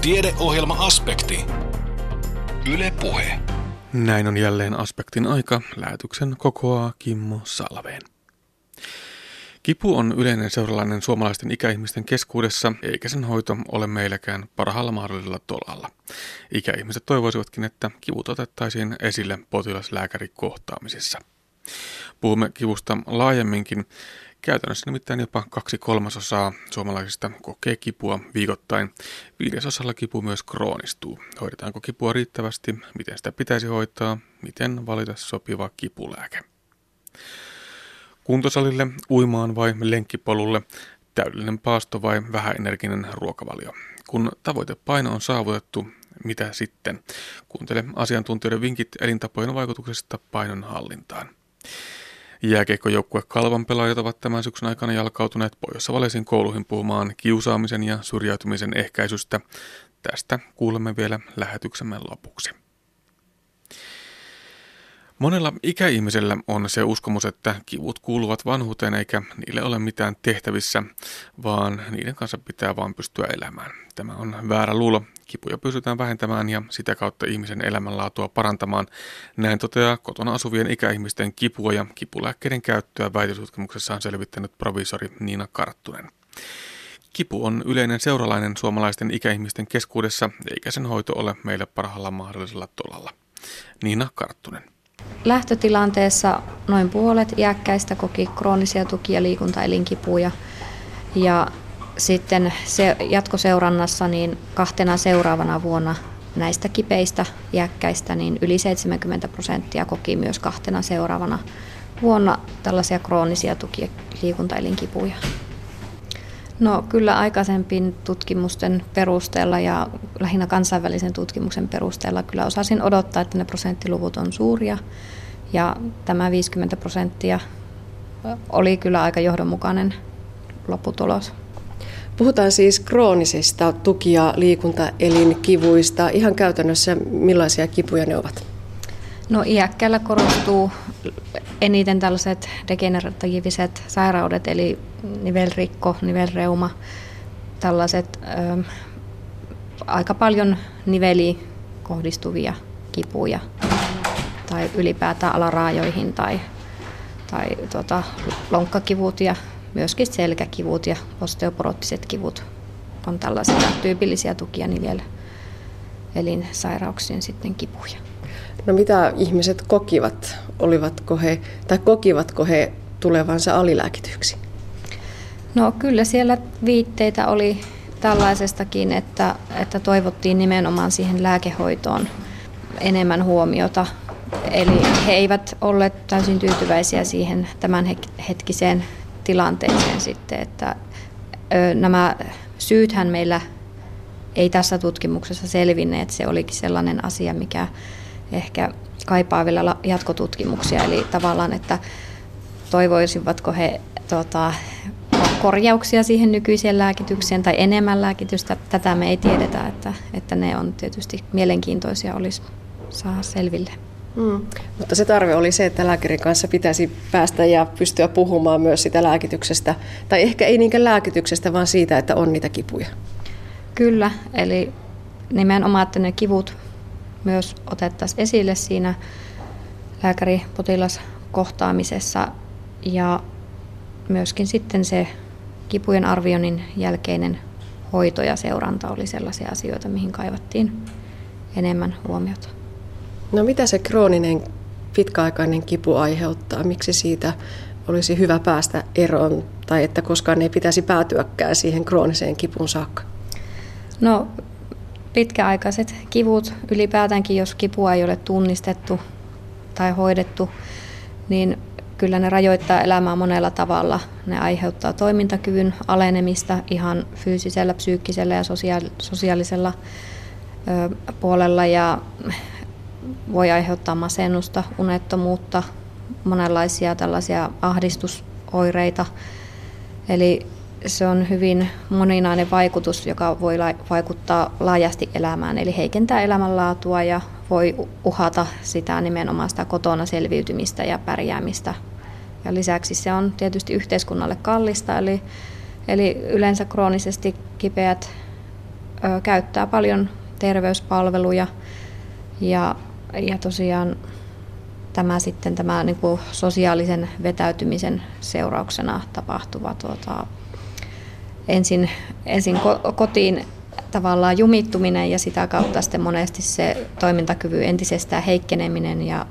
Tiedeohjelma-aspekti. Yle Puhe. Näin on jälleen aspektin aika. Lähetyksen kokoaa Kimmo Salveen. Kipu on yleinen seuralainen suomalaisten ikäihmisten keskuudessa, eikä sen hoito ole meilläkään parhaalla mahdollisella tolalla. Ikäihmiset toivoisivatkin, että kivut otettaisiin esille potilas-lääkäri-kohtaamisissa. Puhumme kivusta laajemminkin. Käytännössä nimittäin jopa 2/3 suomalaisista kokee kipua viikoittain. 5% kipu myös kroonistuu. Hoidetaanko kipua riittävästi? Miten sitä pitäisi hoitaa? Miten valita sopiva kipulääke? Kuntosalille, uimaan vai lenkkipolulle? Täydellinen paasto vai vähäenerginen ruokavalio? Kun tavoitepaino on saavutettu, mitä sitten? Kuuntele asiantuntijoiden vinkit elintapojen vaikutuksesta painon hallintaan. Jääkiekkojoukkue Kalvan pelaajat ovat tämän syksyn aikana jalkautuneet pohjois-savolaisiin kouluihin puhumaan kiusaamisen ja syrjäytymisen ehkäisystä. Tästä kuulemme vielä lähetyksemme lopuksi. Monella ikäihmisellä on se uskomus, että kivut kuuluvat vanhuuteen eikä niille ole mitään tehtävissä, vaan niiden kanssa pitää vaan pystyä elämään. Tämä on väärä luulo. Kipuja pystytään vähentämään ja sitä kautta ihmisen elämänlaatua parantamaan. Näin toteaa kotona asuvien ikäihmisten kipua ja kipulääkkeiden käyttöä väitöstutkimuksessaan selvittänyt proviisori Niina Karttunen. Kipu on yleinen seuralainen suomalaisten ikäihmisten keskuudessa, eikä sen hoito ole meille parhaalla mahdollisella tolalla. Niina Karttunen. Lähtötilanteessa noin puolet iäkkäistä koki kroonisia tuki- ja liikuntaelinkipuja. Ja sitten jatkoseurannassa niin 2 seuraavana vuonna näistä kipeistä iäkkäistä niin yli 70% koki myös 2 seuraavana vuonna tällaisia kroonisia tuki- ja liikuntaelinkipuja. No kyllä aikaisempien tutkimusten perusteella ja lähinnä kansainvälisen tutkimuksen perusteella kyllä osasin odottaa, että ne prosenttiluvut on suuria ja tämä 50% oli kyllä aika johdonmukainen lopputulos. Puhutaan siis kroonisista tuki- ja liikuntaelinkivuista. Ihan käytännössä millaisia kipuja ne ovat? No iäkkäillä korostuu eniten tällaiset degeneratiiviset sairaudet, eli nivelrikko, nivelreuma, tällaiset aika paljon niveliin kohdistuvia kipuja tai ylipäätään alaraajoihin tai lonkkakivut ja myöskin selkäkivut ja osteoporoottiset kivut on tällaisia tyypillisiä tuki- ja nivelinsairauksien sitten kipuja. No mitä ihmiset kokivat? Kokivatko he tulevansa alilääkityksi? No kyllä siellä viitteitä oli tällaisestakin, että toivottiin nimenomaan siihen lääkehoitoon enemmän huomiota. Eli he eivät olleet täysin tyytyväisiä siihen tämänhetkiseen tilanteeseen sitten, että nämä syythän meillä ei tässä tutkimuksessa selvinneet. Se olikin sellainen asia, mikä ehkä kaipaa vielä jatkotutkimuksia, eli tavallaan, että toivoisivatko he korjauksia siihen nykyiseen lääkitykseen tai enemmän lääkitystä. Tätä me ei tiedetä, että ne on tietysti mielenkiintoisia olisi saada selville. Mutta se tarve oli se, että lääkärin kanssa pitäisi päästä ja pystyä puhumaan myös sitä lääkityksestä, tai ehkä ei niinkään lääkityksestä, vaan siitä, että on niitä kipuja. Kyllä, eli nimenomaan, että ne kivut myös otettaisiin esille siinä lääkäri-potilaskohtaamisessa ja myöskin sitten se kipujen arvioinnin jälkeinen hoito ja seuranta oli sellaisia asioita, mihin kaivattiin enemmän huomiota. No mitä se krooninen pitkäaikainen kipu aiheuttaa? Miksi siitä olisi hyvä päästä eroon tai että koskaan ei pitäisi päätyäkään siihen krooniseen kipuun saakka? No pitkäaikaiset kivut, ylipäätäänkin jos kipua ei ole tunnistettu tai hoidettu, niin kyllä ne rajoittaa elämää monella tavalla. Ne aiheuttaa toimintakyvyn alenemista ihan fyysisellä, psyykkisellä ja sosiaalisella puolella ja voi aiheuttaa masennusta, unettomuutta, monenlaisia tällaisia ahdistusoireita. Eli se on hyvin moninainen vaikutus, joka voi vaikuttaa laajasti elämään, eli heikentää elämänlaatua ja voi uhata sitä nimenomaan sitä kotona selviytymistä ja pärjäämistä. Ja lisäksi se on tietysti yhteiskunnalle kallista, eli yleensä kroonisesti kipeät käyttää paljon terveyspalveluja ja tosiaan tämä niin kuin sosiaalisen vetäytymisen seurauksena tapahtuva ensin kotiin tavallaan jumittuminen ja sitä kautta sitten monesti se toimintakyvyn entisestään heikkeneminen ja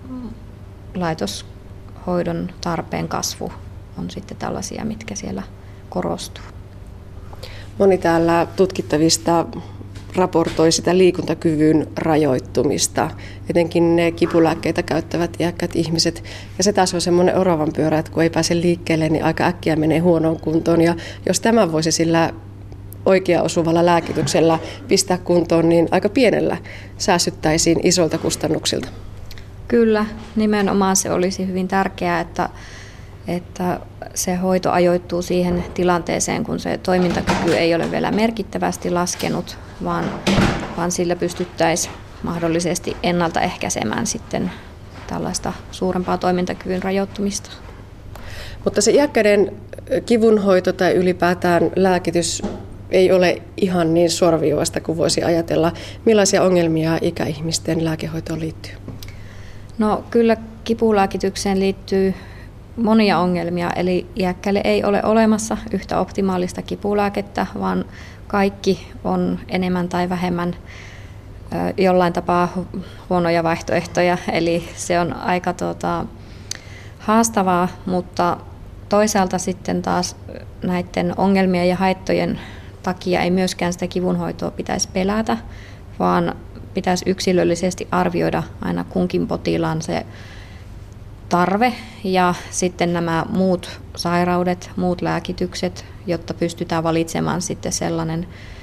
laitoshoidon tarpeen kasvu on sitten tällaisia, mitkä siellä korostuu. Moni täällä tutkittavista raportoi sitä liikuntakyvyn rajoittumista, etenkin ne kipulääkkeitä käyttävät iäkkäät ihmiset. Ja se taas on semmoinen oravan pyörä, että kun ei pääse liikkeelle, niin aika äkkiä menee huonoon kuntoon. Ja jos tämän voisi sillä oikea osuvalla lääkityksellä pistää kuntoon, niin aika pienellä säästyttäisiin isolta kustannuksilta. Kyllä, nimenomaan se olisi hyvin tärkeää, että se hoito ajoittuu siihen tilanteeseen, kun se toimintakyky ei ole vielä merkittävästi laskenut, vaan sillä pystyttäisiin mahdollisesti ennaltaehkäisemään sitten tällaista suurempaa toimintakyvyn rajoittumista. Mutta se iäkkäiden kivunhoito tai ylipäätään lääkitys ei ole ihan niin suoraviivaista kuin voisi ajatella. Millaisia ongelmia ikäihmisten lääkehoitoon liittyy? No kyllä kipulääkitykseen liittyy monia ongelmia, eli iäkkäille ei ole olemassa yhtä optimaalista kipulääkettä, vaan kaikki on enemmän tai vähemmän jollain tapaa huonoja vaihtoehtoja, eli se on aika haastavaa, mutta toisaalta sitten taas näiden ongelmien ja haittojen takia ei myöskään sitä kivunhoitoa pitäisi pelätä, vaan pitäisi yksilöllisesti arvioida aina kunkin potilaan se tarve ja sitten nämä muut sairaudet, muut lääkitykset, jotta pystytään valitsemaan sitten sellainen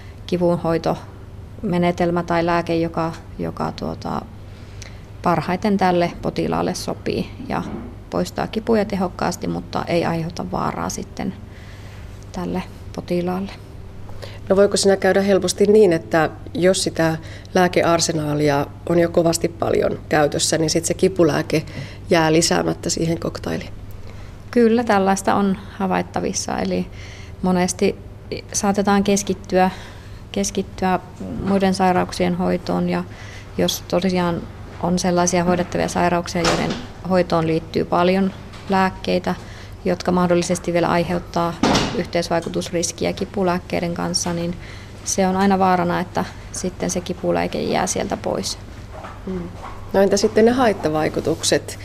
kivunhoitomenetelmä tai lääke, joka parhaiten tälle potilaalle sopii ja poistaa kipuja tehokkaasti, mutta ei aiheuta vaaraa sitten tälle potilaalle. No voiko siinä käydä helposti niin, että jos sitä lääkearsenaalia on jo kovasti paljon käytössä, niin sitten se kipulääke jää lisäämättä siihen koktailiin? Kyllä, tällaista on havaittavissa. Eli monesti saatetaan keskittyä muiden sairauksien hoitoon ja jos tosiaan on sellaisia hoidettavia sairauksia, joiden hoitoon liittyy paljon lääkkeitä, jotka mahdollisesti vielä aiheuttaa yhteisvaikutusriskiä kipulääkkeiden kanssa, niin se on aina vaarana, että sitten se kipulääke jää sieltä pois. No entä sitten ne haittavaikutukset?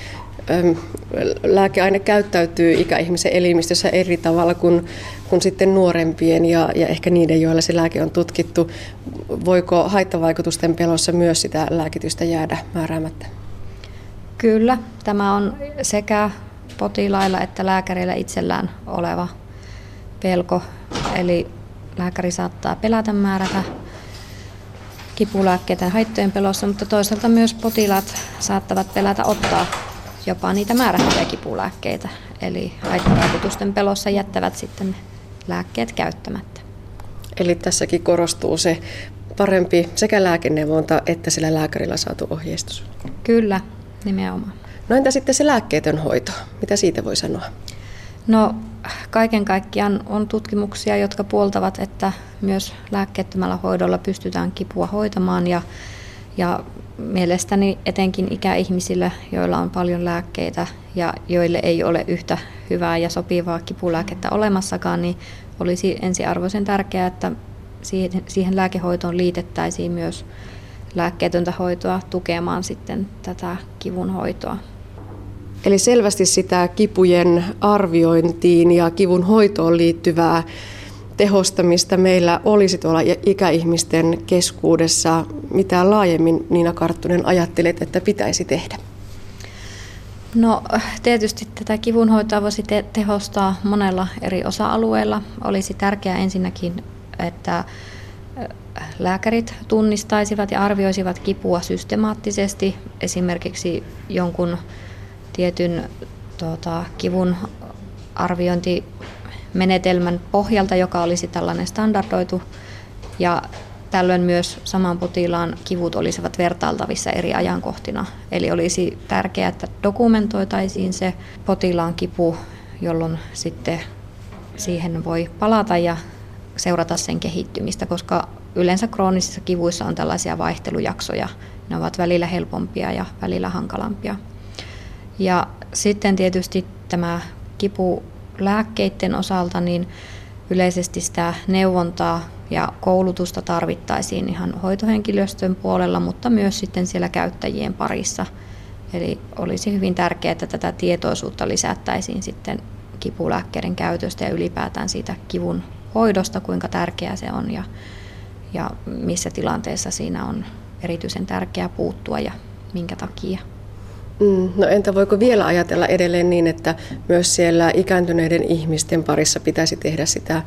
Lääkeaine käyttäytyy ikäihmisen elimistössä eri tavalla kuin sitten nuorempien ja ehkä niiden, joilla se lääke on tutkittu. Voiko haittavaikutusten pelossa myös sitä lääkitystä jäädä määräämättä? Kyllä, tämä on sekä potilailla että lääkäreillä itsellään oleva pelko. Eli lääkäri saattaa pelätä määrätä kipulääkkeiden haittojen pelossa, mutta toisaalta myös potilaat saattavat pelätä ottaa jopa niitä määrättyjä kipulääkkeitä. Eli haittavaikutusten pelossa jättävät sitten lääkkeet käyttämättä. Eli tässäkin korostuu se parempi sekä lääkeneuvonta että sillä lääkärillä saatu ohjeistus. Kyllä, nimenomaan. No entä sitten se lääkkeetön hoito? Mitä siitä voi sanoa? No kaiken kaikkiaan on tutkimuksia, jotka puoltavat, että myös lääkkeettömällä hoidolla pystytään kipua hoitamaan ja mielestäni etenkin ikäihmisillä, joilla on paljon lääkkeitä ja joille ei ole yhtä hyvää ja sopivaa kipulääkettä olemassakaan, niin olisi ensiarvoisen tärkeää, että siihen lääkehoitoon liitettäisiin myös lääkkeetöntä hoitoa tukemaan sitten tätä kivun hoitoa. Eli selvästi sitä kipujen arviointiin ja kivun hoitoon liittyvää tehostamista meillä olisi tuolla ikäihmisten keskuudessa. Mitä laajemmin, Niina Karttunen, ajattelet, että pitäisi tehdä? No tietysti tätä kivunhoitoa voisi tehostaa monella eri osa-alueella. Olisi tärkeää ensinnäkin, että lääkärit tunnistaisivat ja arvioisivat kipua systemaattisesti, esimerkiksi jonkun tietyn kivun arviointimenetelmän pohjalta, joka olisi tällainen standardoitu, ja tällöin myös saman potilaan kivut olisivat vertailtavissa eri ajankohtina. Eli olisi tärkeää, että dokumentoitaisiin se potilaan kipu, jolloin sitten siihen voi palata ja seurata sen kehittymistä, koska yleensä kroonisissa kivuissa on tällaisia vaihtelujaksoja. Ne ovat välillä helpompia ja välillä hankalampia. Ja sitten tietysti tämä kipulääkkeiden osalta, niin yleisesti sitä neuvontaa ja koulutusta tarvittaisiin ihan hoitohenkilöstön puolella, mutta myös sitten siellä käyttäjien parissa. Eli olisi hyvin tärkeää, että tätä tietoisuutta lisättäisiin sitten kipulääkkeiden käytöstä ja ylipäätään siitä kivun hoidosta, kuinka tärkeää se on ja missä tilanteessa siinä on erityisen tärkeää puuttua ja minkä takia. No entä voiko vielä ajatella edelleen niin, että myös siellä ikääntyneiden ihmisten parissa pitäisi tehdä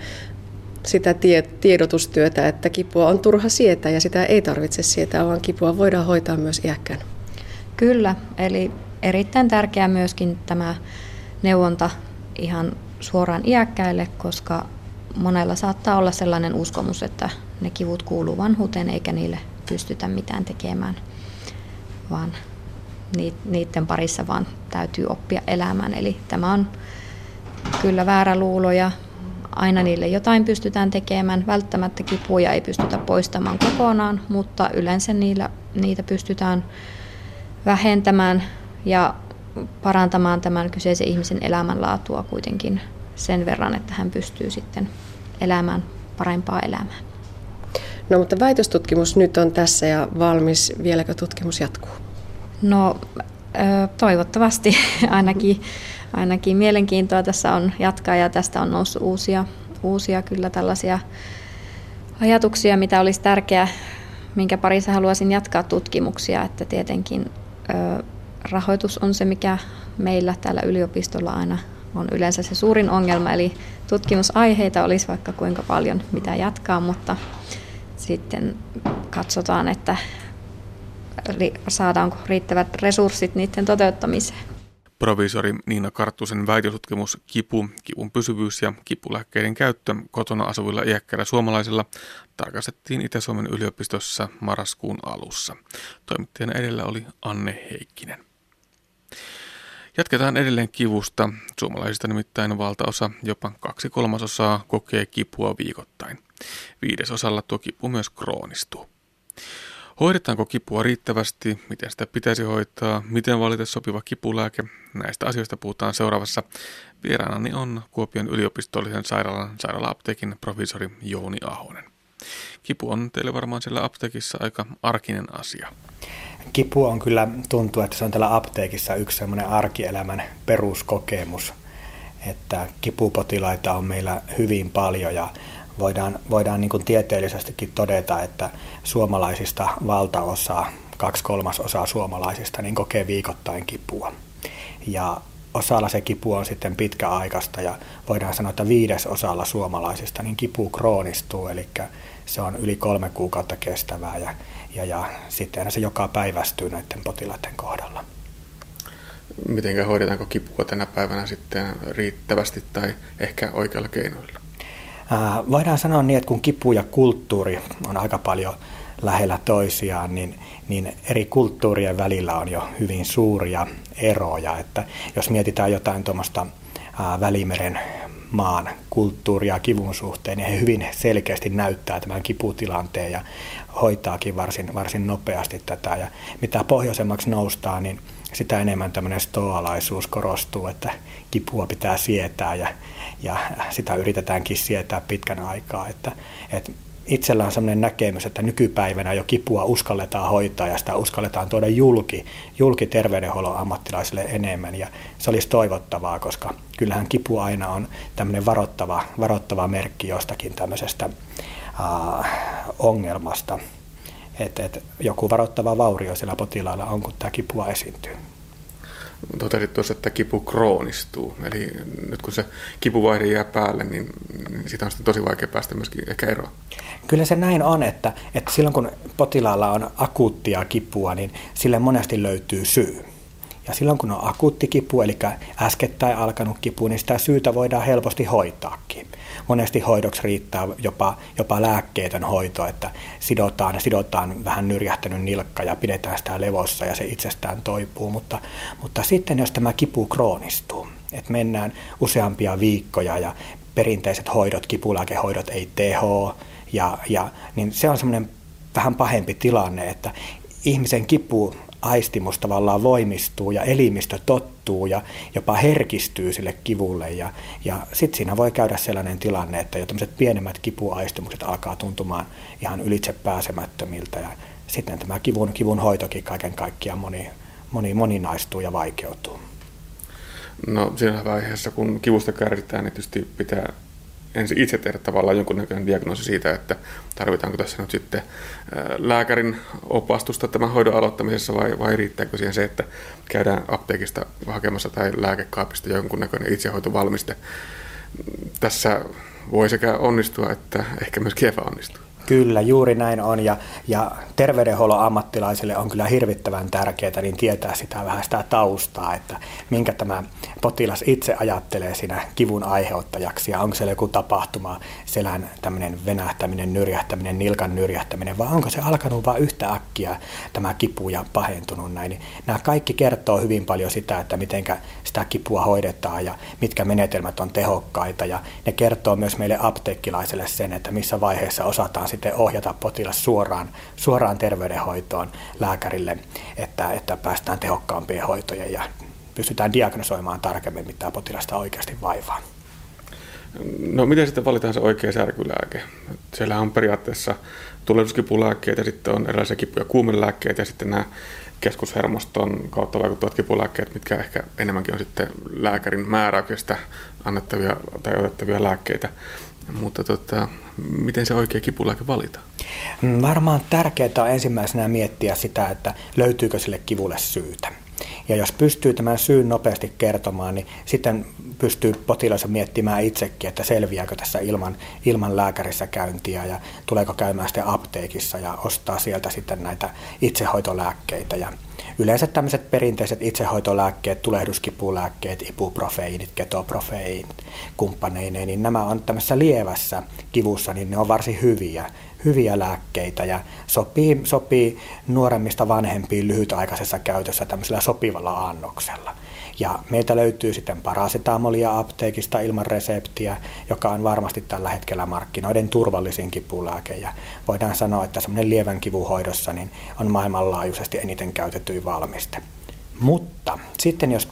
sitä tiedotustyötä, että kipua on turha sietää ja sitä ei tarvitse sietää, vaan kipua voidaan hoitaa myös iäkkään? Kyllä, eli erittäin tärkeää myöskin tämä neuvonta ihan suoraan iäkkäille, koska monella saattaa olla sellainen uskomus, että ne kivut kuuluu vanhuuteen eikä niille pystytä mitään tekemään, vaan niiden parissa vaan täytyy oppia elämään. Eli tämä on kyllä väärä luulo ja aina niille jotain pystytään tekemään. Välttämättä kipuja ei pystytä poistamaan kokonaan, mutta yleensä niitä pystytään vähentämään ja parantamaan tämän kyseisen ihmisen elämänlaatua kuitenkin sen verran, että hän pystyy sitten elämään parempaa elämää. No mutta väitöstutkimus nyt on tässä ja valmis. Vieläkö tutkimus jatkuu? No toivottavasti ainakin mielenkiintoa tässä on jatkaa ja tästä on noussut uusia kyllä tällaisia ajatuksia, mitä olisi tärkeää, minkä parissa haluaisin jatkaa tutkimuksia, että tietenkin rahoitus on se, mikä meillä täällä yliopistolla aina on yleensä se suurin ongelma, eli tutkimusaiheita olisi vaikka kuinka paljon mitä jatkaa, mutta sitten katsotaan, että saadaanko riittävät resurssit niiden toteuttamiseen. Proviisori Niina Karttusen väitöstutkimus kivun pysyvyys ja kipulääkkeiden käyttö kotona asuvilla iäkkäillä suomalaisilla tarkastettiin Itä-Suomen yliopistossa marraskuun alussa. Toimittajana edellä oli Anne Heikkinen. Jatketaan edelleen kivusta. Suomalaisista nimittäin valtaosa, jopa 2/3 kokee kipua viikoittain. 5% tuo kipu myös kroonistuu. Hoidetaanko kipua riittävästi? Miten sitä pitäisi hoitaa? Miten valita sopiva kipulääke? Näistä asioista puhutaan seuraavassa. Vieraanani on Kuopion yliopistollisen sairaala-apteekin proviisori Jouni Ahonen. Kipu on teille varmaan siellä apteekissa aika arkinen asia. Kipu on kyllä, tuntuu, että se on täällä apteekissa yksi semmoinen arkielämän peruskokemus, että kipupotilaita on meillä hyvin paljon ja voidaan niin kuin tieteellisestikin todeta, että suomalaisista valtaosa, 2/3 suomalaisista niin kokee viikoittain kipua. Ja osalla se kipu on sitten pitkäaikaista ja voidaan sanoa, että 5% suomalaisista niin kipu kroonistuu, eli se on yli 3 kuukautta kestävää ja sitten se joka päivästyy näiden potilaiden kohdalla. Mitenkä hoidetaanko kipua tänä päivänä sitten riittävästi tai ehkä oikealla keinoilla? Voidaan sanoa niin, että kun kipu ja kulttuuri on aika paljon lähellä toisiaan, niin eri kulttuurien välillä on jo hyvin suuria eroja. Että jos mietitään jotain tuommoista Välimeren maan kulttuuria kivun suhteen, niin he hyvin selkeästi näyttää tämän kiputilanteen ja hoitaakin varsin nopeasti tätä. Ja mitä pohjoisemmaksi noustaan, niin sitä enemmän tämmöinen stoalaisuus korostuu, että kipua pitää sietää ja sitä yritetäänkin sietää pitkän aikaa. Että itsellä on sellainen näkemys, että nykypäivänä jo kipua uskalletaan hoitaa ja sitä uskalletaan tuoda julki terveydenhuollon ammattilaisille enemmän. Ja se olisi toivottavaa, koska kyllähän kipu aina on tämmöinen varoittava merkki jostakin tämmöisestä ongelmasta. Että joku varoittava vaurio siellä potilaalla on, kun tämä kipua esiintyy. Totesit tuossa, että kipu kroonistuu. Eli nyt kun se kipuvaihde jää päälle, niin siitä on sitten tosi vaikea päästä myöskin ehkä eroon. Kyllä se näin on, että silloin kun potilaalla on akuuttia kipua, niin sille monesti löytyy syy. Ja silloin kun on akuutti kipu, eli äskettäin alkanut kipu, niin sitä syytä voidaan helposti hoitaakin. Monesti hoidoksi riittää jopa lääkkeetön hoito, että sidotaan vähän nyrjähtänyt nilkka ja pidetään sitä levossa ja se itsestään toipuu. Mutta sitten jos tämä kipu kroonistuu, että mennään useampia viikkoja ja perinteiset hoidot, kipulääkehoidot ei tehoa niin se on semmoinen vähän pahempi tilanne, että ihmisen kipuaistimus tavallaan voimistuu ja elimistö tottuu ja jopa herkistyy sille kivulle. Ja sitten siinä voi käydä sellainen tilanne, että jo tämmöiset pienemmät kipuaistimukset alkaa tuntumaan ihan ylitse pääsemättömiltä. Ja sitten tämä kivun hoitokin kaiken kaikkiaan moninaistuu ja vaikeutuu. No siinä vaiheessa, kun kivusta kärsitään, niin tietysti pitää ensin itse tehdä tavallaan jonkunnäköinen diagnoosi siitä, että tarvitaanko tässä nyt sitten lääkärin opastusta tämän hoidon aloittamisessa vai riittääkö siihen se, että käydään apteekista hakemassa tai lääkekaapista jonkunnäköinen itsehoitovalmiste. Tässä voi sekä onnistua että ehkä myöskin epäonnistua. Kyllä, juuri näin on ja terveydenhuollon ammattilaisille on kyllä hirvittävän tärkeää niin tietää sitä taustaa, että minkä tämä potilas itse ajattelee siinä kivun aiheuttajaksi ja onko siellä joku tapahtuma, selän tämmöinen venähtäminen, nyrjähtäminen, nilkan nyrjähtäminen vai onko se alkanut vain yhtä äkkiä tämä kipu ja pahentunut näin. Niin nämä kaikki kertoo hyvin paljon sitä, että miten sitä kipua hoidetaan ja mitkä menetelmät on tehokkaita ja ne kertoo myös meille apteekkilaiselle sen, että missä vaiheessa osataan sitten ohjata potilas suoraan terveydenhoitoon lääkärille, että päästään tehokkaampien hoitojen ja pystytään diagnosoimaan tarkemmin, mitä potilasta oikeasti vaivaa. No miten sitten valitaan se oikea särkylääke? Siellä on periaatteessa tulehduskipulääkkeitä, sitten on erilaisia kipu- ja kuumelääkkeitä ja sitten nämä keskushermoston kautta vaikuttavat kipulääkkeet, mitkä ehkä enemmänkin on sitten lääkärin määräyksestä annettavia tai otettavia lääkkeitä. Mutta miten se oikea kipulääke valitaan? Varmaan tärkeää on ensimmäisenä miettiä sitä, että löytyykö sille kivulle syytä. Ja jos pystyy tämän syyn nopeasti kertomaan, niin sitten pystyy potilas miettimään itsekin, että selviääkö tässä ilman lääkärissä käyntiä ja tuleeko käymään sitten apteekissa ja ostaa sieltä sitten näitä itsehoitolääkkeitä. Ja yleensä tämmöiset perinteiset itsehoitolääkkeet, tulehduskipulääkkeet, ibuprofeiinit, ketoprofeiinit kumppaneineen, niin nämä on tämmöisessä lievässä kivussa, niin ne on varsin hyviä lääkkeitä ja sopii nuoremmista vanhempiin lyhytaikaisessa käytössä tämmöisellä sopivalla annoksella. Ja meiltä löytyy sitten parasetamolia apteekista ilman reseptiä, joka on varmasti tällä hetkellä markkinoiden turvallisin kipulääke. Ja voidaan sanoa, että semmoinen lievän kivun hoidossa niin on maailmanlaajuisesti eniten käytetty valmiste. Mutta sitten jos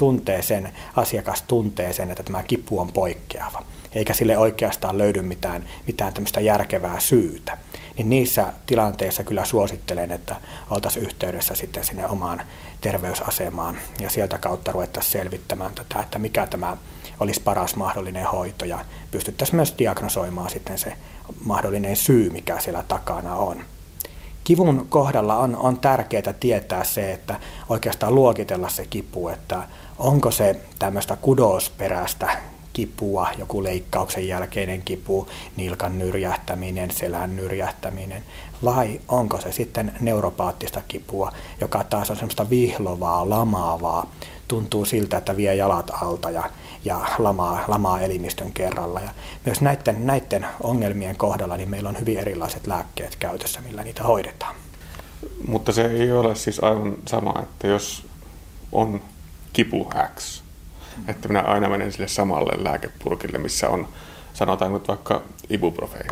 asiakas tuntee sen, että tämä kipu on poikkeava, eikä sille oikeastaan löydy mitään tämmöistä järkevää syytä, niin niissä tilanteissa kyllä suosittelen, että oltaisiin yhteydessä sitten sinne omaan terveysasemaan ja sieltä kautta ruvettaisiin selvittämään tätä, että mikä tämä olisi paras mahdollinen hoito ja pystyttäisiin myös diagnosoimaan sitten se mahdollinen syy, mikä siellä takana on. Kivun kohdalla on tärkeää tietää se, että oikeastaan luokitella se kipu, että onko se tämmöistä kudosperäistä kipua, joku leikkauksen jälkeinen kipu, nilkan nyrjähtäminen, selän nyrjähtäminen, vai onko se sitten neuropaattista kipua, joka taas on semmoista vihlovaa, lamaavaa, tuntuu siltä, että vie jalat alta ja lamaa elimistön kerralla. Ja myös näiden ongelmien kohdalla niin meillä on hyvin erilaiset lääkkeet käytössä, millä niitä hoidetaan. Mutta se ei ole siis aivan sama, että jos on kipu X, että minä aina menen sille samalle lääkepurkille, missä on, sanotaan nyt vaikka ibuprofeiini.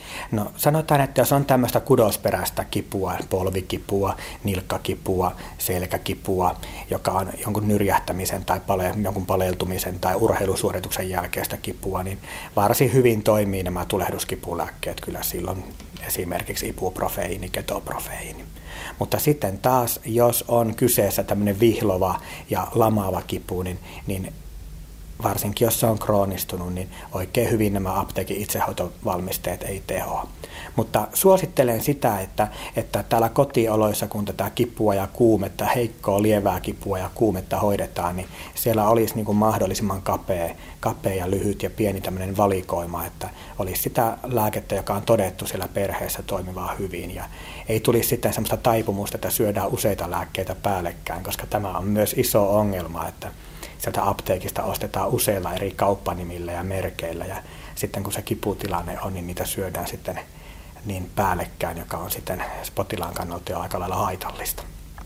No sanotaan, että jos on tämmöistä kudosperäistä kipua, polvikipua, nilkkakipua, selkäkipua, joka on jonkun nyrjähtämisen tai jonkun paleltumisen tai urheilusuorituksen jälkeistä kipua, niin varsin hyvin toimii nämä tulehduskipulääkkeet kyllä silloin esimerkiksi ibuprofeiini, ketoprofeiini. Mutta sitten taas, jos on kyseessä tämmöinen vihlova ja lamaava kipu, niin varsinkin jos se on kroonistunut, niin oikein hyvin nämä apteekin itsehoitovalmisteet ei tehoa. Mutta suosittelen sitä, että täällä kotioloissa, kun tätä kipua ja kuumetta, heikkoa lievää kipua ja kuumetta hoidetaan, niin siellä olisi niin kuin mahdollisimman kapea ja lyhyt ja pieni tämmöinen valikoima, että olisi sitä lääkettä, joka on todettu siellä perheessä toimivaa hyvin. Ja ei tulisi sitten semmoista taipumusta, että syödään useita lääkkeitä päällekkäin, koska tämä on myös iso ongelma, että sieltä apteekista ostetaan useilla eri kauppanimillä ja merkeillä ja sitten kun se kiputilanne on, niin niitä syödään sitten niin päällekkäin, joka on sitten potilaan kannalta jo aika lailla haitallista.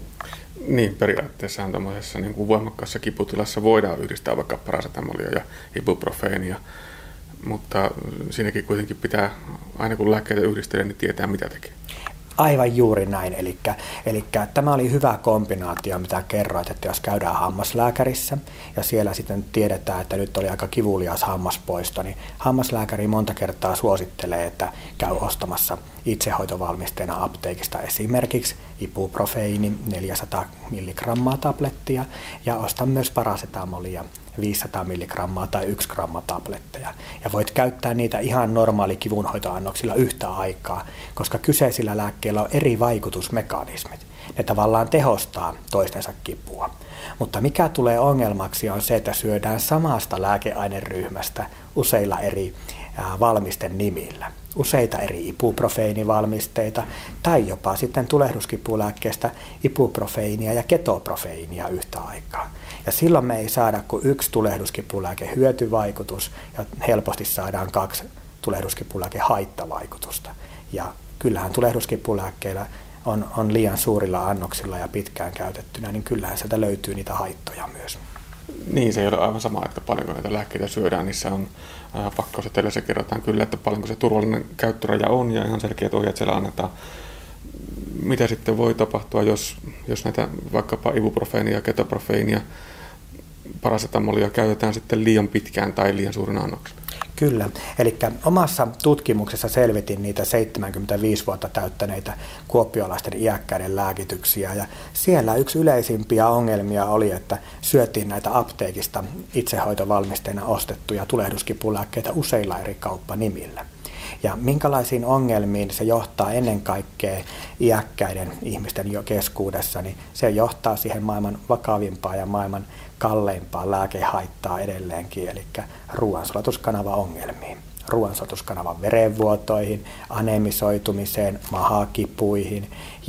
Niin, periaatteessahan tämmöisessä niin kuin voimakkaassa kiputilassa voidaan yhdistää vaikka parasetamolia ja ibuprofeenia, mutta siinäkin kuitenkin pitää, aina kun lääkkeitä yhdistelee, niin tietää mitä tekee. Aivan juuri näin. Eli tämä oli hyvä kombinaatio, mitä kerroit, että jos käydään hammaslääkärissä ja siellä sitten tiedetään, että nyt oli aika kivulias hammaspoisto, niin hammaslääkäri monta kertaa suosittelee, että käy ostamassa itsehoitovalmisteena apteekista esimerkiksi ibuprofeini 400 milligrammaa tablettia ja ostan myös parasetamolia 500 milligrammaa tai 1 gramma tabletteja. Ja voit käyttää niitä ihan normaali kivunhoitoannoksilla yhtä aikaa, koska kyseisillä lääkkeillä on eri vaikutusmekanismit. Ne tavallaan tehostaa toistensa kipua. Mutta mikä tulee ongelmaksi on se, että syödään samasta lääkeaineryhmästä useilla eri valmisten nimillä. Useita eri ibuprofeinivalmisteita tai jopa sitten tulehduskipulääkkeestä ibuprofeiinia ja ketoprofeiinia yhtä aikaa. Ja silloin me ei saada kuin yksi tulehduskipulääke hyötyvaikutus ja helposti saadaan 2 tulehduskipulääke haittavaikutusta. Ja kyllähän tulehduskipulääkkeillä on liian suurilla annoksilla ja pitkään käytettynä, niin kyllähän sieltä löytyy niitä haittoja myös. Niin, se ei ole aivan sama, että paljonko näitä lääkkeitä syödään. Niissä on pakkausetelijässä kerrotaan kyllä, että paljonko se turvallinen käyttöraja on ja ihan selkeät ohjeet siellä annetaan. Mitä sitten voi tapahtua, jos näitä vaikkapa ibuprofeenia, ketoprofeiinia, parasetamolia käytetään sitten liian pitkään tai liian suurin annoksilla? Kyllä. Eli omassa tutkimuksessa selvitin niitä 75 vuotta täyttäneitä kuoppiolaisten iäkkäiden lääkityksiä. Ja siellä yksi yleisimpiä ongelmia oli, että syötiin näitä apteekista itsehoitovalmisteina ostettuja tulehduskipulääkkeitä useilla eri kauppanimillä. Ja minkälaisiin ongelmiin se johtaa ennen kaikkea iäkkäiden ihmisten jo keskuudessa, niin se johtaa siihen maailman vakavimpaan ja maailman kalleimpaan lääkehaittaa edelleenkin, eli ruoansulatuskanavan-ongelmiin. Ruoansulatuskanavan verenvuotoihin, anemisoitumiseen, mahakipuihin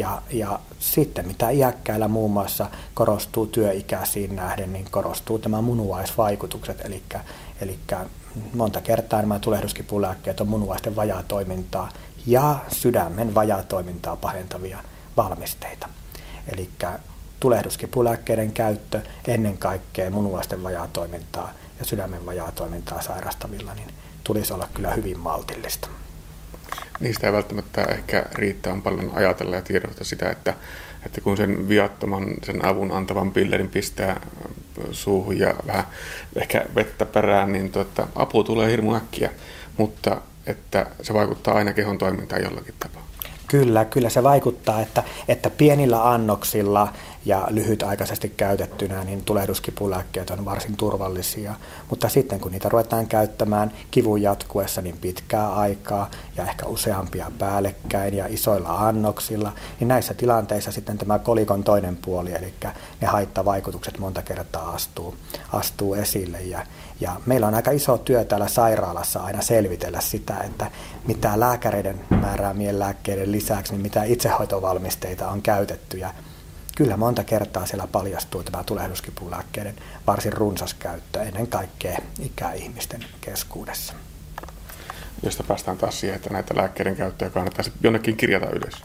ja sitten mitä iäkkäillä muun muassa korostuu työikäisiin nähden, niin korostuu tämä munuaisvaikutukset, eli monta kertaa nämä tulehduskipulääkkeet on munuaisten vajaatoimintaa ja sydämen vajaatoimintaa pahentavia valmisteita. Eli tulehduskipulääkkeiden käyttö ennen kaikkea munuaisten vajaatoimintaa ja sydämen vajaatoimintaa sairastavilla, niin tulisi olla kyllä hyvin maltillista. Niistä ei välttämättä ehkä riittää paljon ajatella ja tiedostaa sitä, että kun sen viattoman, sen avun antavan pillerin pistää suuhun ja vähän ehkä vettä perään, niin apu tulee hirmu äkkiä, mutta että se vaikuttaa aina kehon toimintaan jollakin tapaa. Kyllä se vaikuttaa, että pienillä annoksilla ja lyhytaikaisesti käytettynä niin tulehduskipulääkkeet on varsin turvallisia, mutta sitten kun niitä ruvetaan käyttämään kivun jatkuessa niin pitkää aikaa ja ehkä useampia päällekkäin ja isoilla annoksilla, niin näissä tilanteissa sitten tämä kolikon toinen puoli, eli ne haittavaikutukset monta kertaa astuu esille ja meillä on aika iso työ täällä sairaalassa aina selvitellä sitä, että mitä lääkäreiden määräämien lääkkeiden lisäksi, niin mitä itsehoitovalmisteita on käytetty. Ja kyllä monta kertaa siellä paljastuu tämä tulehduskipulääkkeiden varsin runsas käyttö ennen kaikkea ikäihmisten keskuudessa. Josta päästään taas siihen, että näitä lääkkeiden käyttöjä kannattaa jonnekin kirjata ylös.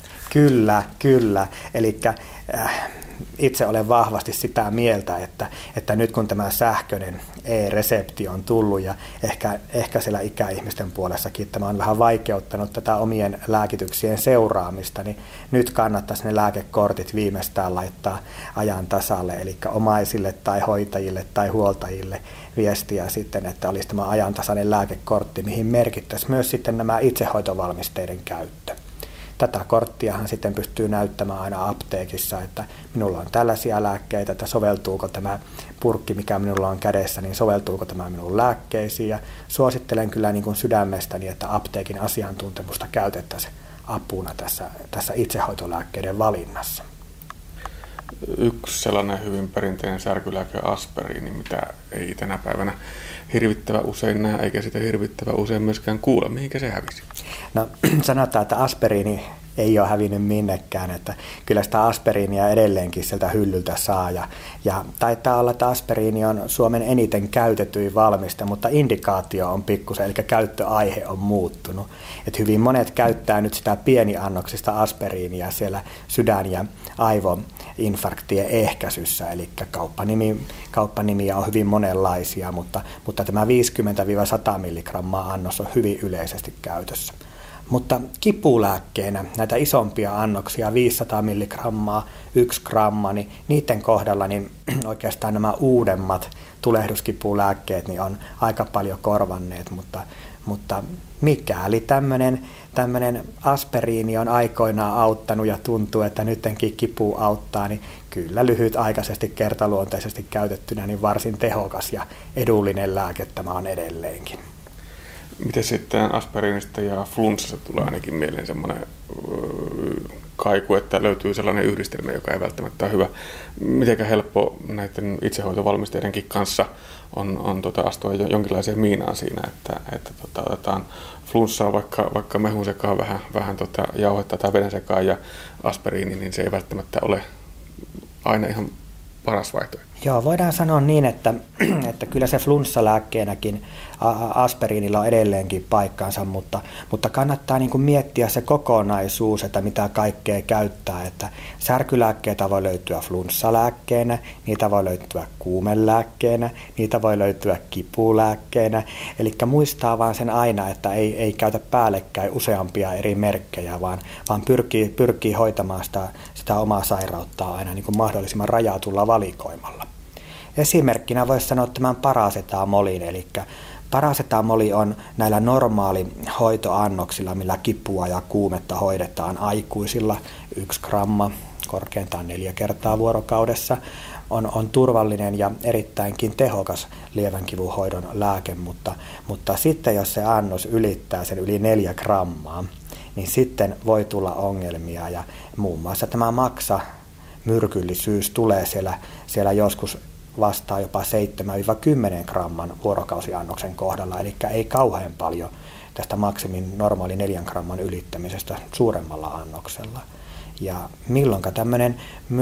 Kyllä. Eli itse olen vahvasti sitä mieltä, että nyt kun tämä sähköinen e-resepti on tullut ja ehkä siellä ikäihmisten puolessakin tämä on vähän vaikeuttanut tätä omien lääkityksien seuraamista, niin nyt kannattaisi ne lääkekortit viimeistään laittaa ajan tasalle, eli omaisille tai hoitajille tai huoltajille viestiä sitten, että olisi tämä ajantasainen lääkekortti, mihin merkittäisiin myös sitten nämä itsehoitovalmisteiden käyttö. Tätä korttiahan sitten pystyy näyttämään aina apteekissa, että minulla on tällaisia lääkkeitä, että soveltuuko tämä purkki, mikä minulla on kädessä, niin soveltuuko tämä minun lääkkeisiin. Ja suosittelen kyllä niin kuin sydämestäni, että apteekin asiantuntemusta käytettäisiin apuna tässä itsehoitolääkkeiden valinnassa. Yksi sellainen hyvin perinteinen särkylääke aspiriini, mitä ei tänä päivänä hirvittävän usein näe, eikä sitä hirvittävän usein myöskään kuule. Mihinkä se hävisi? No sanotaan, että aspiriini ei ole hävinnyt minnekään. Että kyllä sitä aspiriinia edelleenkin sieltä hyllyltä saa. Ja taitaa olla, että aspiriini on Suomen eniten käytetyin valmiste, mutta indikaatio on pikkusen, eli käyttöaihe on muuttunut. Et hyvin monet käyttää nyt sitä pieniannoksista aspiriinia siellä sydän- ja aivoinfarktien ehkäisyssä, eli kauppanimiä on hyvin monenlaisia, mutta tämä 50-100 milligrammaa annos on hyvin yleisesti käytössä. Mutta kipulääkkeenä näitä isompia annoksia, 500 milligrammaa, 1 gramma, niin niiden kohdalla niin oikeastaan nämä uudemmat tulehduskipulääkkeet niin on aika paljon korvanneet, mutta mikäli tämmöinen aspiriini on aikoinaan auttanut ja tuntuu, että nytkin kipu auttaa, niin kyllä lyhytaikaisesti kertaluonteisesti käytettynä niin varsin tehokas ja edullinen lääke tämä on edelleenkin. Miten sitten aspiriinista ja flunssasta tulee ainakin mieleen semmoinen kaiku, että löytyy sellainen yhdistelmä, joka ei välttämättä ole hyvä. Mitenkä helppo näiden itsehoitovalmisteidenkin kanssa on astua jonkinlaiseen miinaan siinä, että otetaan flunssaa vaikka mehun sekaan vähän jauhetta tai veden sekaan ja aspiriini, niin se ei välttämättä ole aina ihan paras vaihtoehto. Joo, voidaan sanoa niin, että kyllä se flunssalääkkeenäkin aspiriinilla on edelleenkin paikkansa, mutta kannattaa niin kuin miettiä se kokonaisuus, että mitä kaikkea käyttää. Että särkylääkkeitä voi löytyä flunssalääkkeenä, niitä voi löytyä kuumelääkkeenä, niitä voi löytyä kipulääkkeenä. Eli muistaa vaan sen aina, että ei käytä päällekkäin useampia eri merkkejä, vaan pyrkii hoitamaan sitä omaa sairauttaa aina niin kuin mahdollisimman rajatulla valikoimalla. Esimerkkinä voisi sanoa tämän parasetamolin, eli parasetamoli on näillä normaalihoitoannoksilla, millä kipua ja kuumetta hoidetaan aikuisilla 1 gramma, korkeintaan 4 kertaa vuorokaudessa. On turvallinen ja erittäinkin tehokas lievän kivun hoidon lääke, mutta sitten jos se annos ylittää sen yli 4 grammaa, niin sitten voi tulla ongelmia ja muun muassa tämä maksamyrkyllisyys tulee siellä joskus vastaa jopa 7-10 gramman vuorokausiannoksen kohdalla, eli ei kauhean paljon tästä maksimin normaali 4 gramman ylittämisestä suuremmalla annoksella. Ja milloinka tämmöinen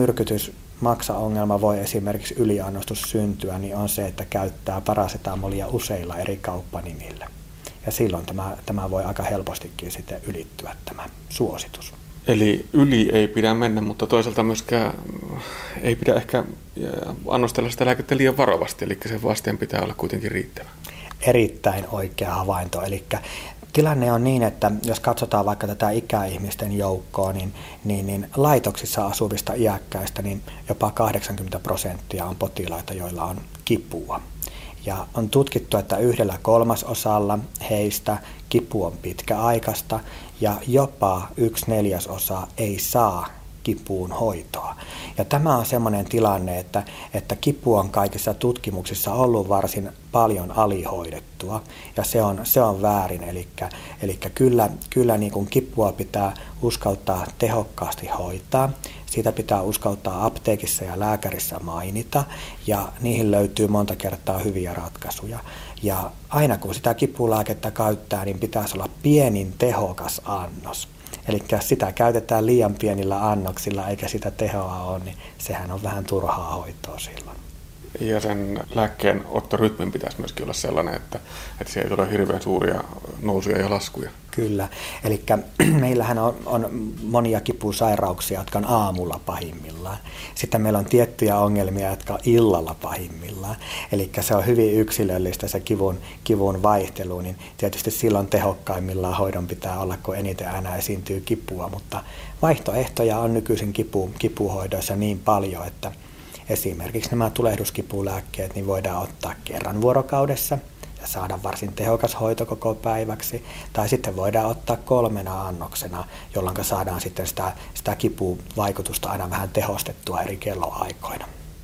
maksaongelma voi esimerkiksi yliannostus syntyä, niin on se, että käyttää parasetamolia useilla eri kauppanimillä. Ja silloin tämä voi aika helpostikin sitten ylittyä tämä suositus. Eli yli ei pidä mennä, mutta toisaalta myöskään ei pidä ehkä annostella sitä lääkettä liian varovasti, eli se vasteen pitää olla kuitenkin riittävä. Erittäin oikea havainto. Eli tilanne on niin, että jos katsotaan vaikka tätä ikäihmisten joukkoa, niin laitoksissa asuvista iäkkäistä niin jopa 80% on potilaita, joilla on kipua. Ja on tutkittu, että 1/3 heistä kipu on pitkäaikaista ja jopa 1/4 ei saa kipuun hoitoa. Ja tämä on semmoinen tilanne, että kipu on kaikissa tutkimuksissa ollut varsin paljon alihoidettua ja se on väärin. Eli kyllä niin kuin kipua pitää uskaltaa tehokkaasti hoitaa. Siitä pitää uskaltaa apteekissa ja lääkärissä mainita ja niihin löytyy monta kertaa hyviä ratkaisuja. Ja aina kun sitä kipulääkettä käyttää, niin pitäisi olla pienin tehokas annos. Eli jos sitä käytetään liian pienillä annoksilla eikä sitä tehoa ole, niin sehän on vähän turhaa hoitoa silloin. Ja sen lääkkeen ottorytmin pitäisi myöskin olla sellainen, että se ei tule hirveän suuria nousuja ja laskuja. Kyllä. Eli meillähän on monia kipusairauksia, jotka on aamulla pahimmillaan. Sitten meillä on tiettyjä ongelmia, jotka on illalla pahimmillaan. Eli se on hyvin yksilöllistä se kivun vaihtelu, niin tietysti silloin tehokkaimmillaan hoidon pitää olla, kun eniten aina esiintyy kipua. Mutta vaihtoehtoja on nykyisin kipuhoidoissa niin paljon, että esimerkiksi nämä tulehduskipulääkkeet niin voidaan ottaa kerran vuorokaudessa ja saada varsin tehokas hoito koko päiväksi. Tai sitten voidaan ottaa 3 annoksena, jolloin saadaan sitten sitä kipuvaikutusta aina vähän tehostettua eri kelloaikoina.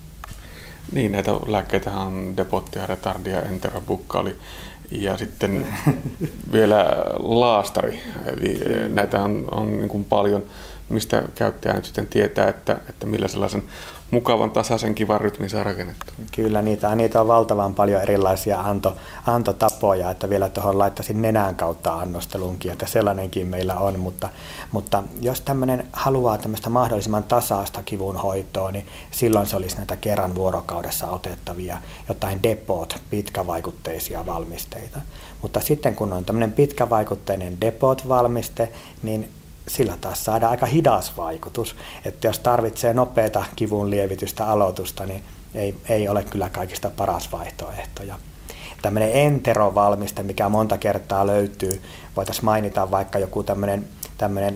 Niin, näitä lääkkeitä on Depottia, Retardia, Enterobukkaali ja sitten vielä laastari. Eli näitä on niin kuin mistä käyttäjä nyt sitten tietää, että millä sellaisen mukavan tasaisen kivan rytmin saa rakennettua? Kyllä, niitä on valtavan paljon erilaisia antotapoja, että vielä tuohon laittaisin nenän kautta annostelunkin, että sellainenkin meillä on, mutta jos tämmöinen haluaa tämmöistä mahdollisimman tasaista kivunhoitoa, niin silloin se olisi näitä kerran vuorokaudessa otettavia jotain depot, pitkävaikutteisia valmisteita. Mutta sitten kun on tämmöinen pitkävaikutteinen depot-valmiste, niin sillä taas saadaan aika hidas vaikutus, että jos tarvitsee nopeata kivun lievitystä aloitusta, niin ei ole kyllä kaikista paras vaihtoehto. Ja tämmöinen enterovalmiste, mikä monta kertaa löytyy, voitaisiin mainita vaikka joku tämmöinen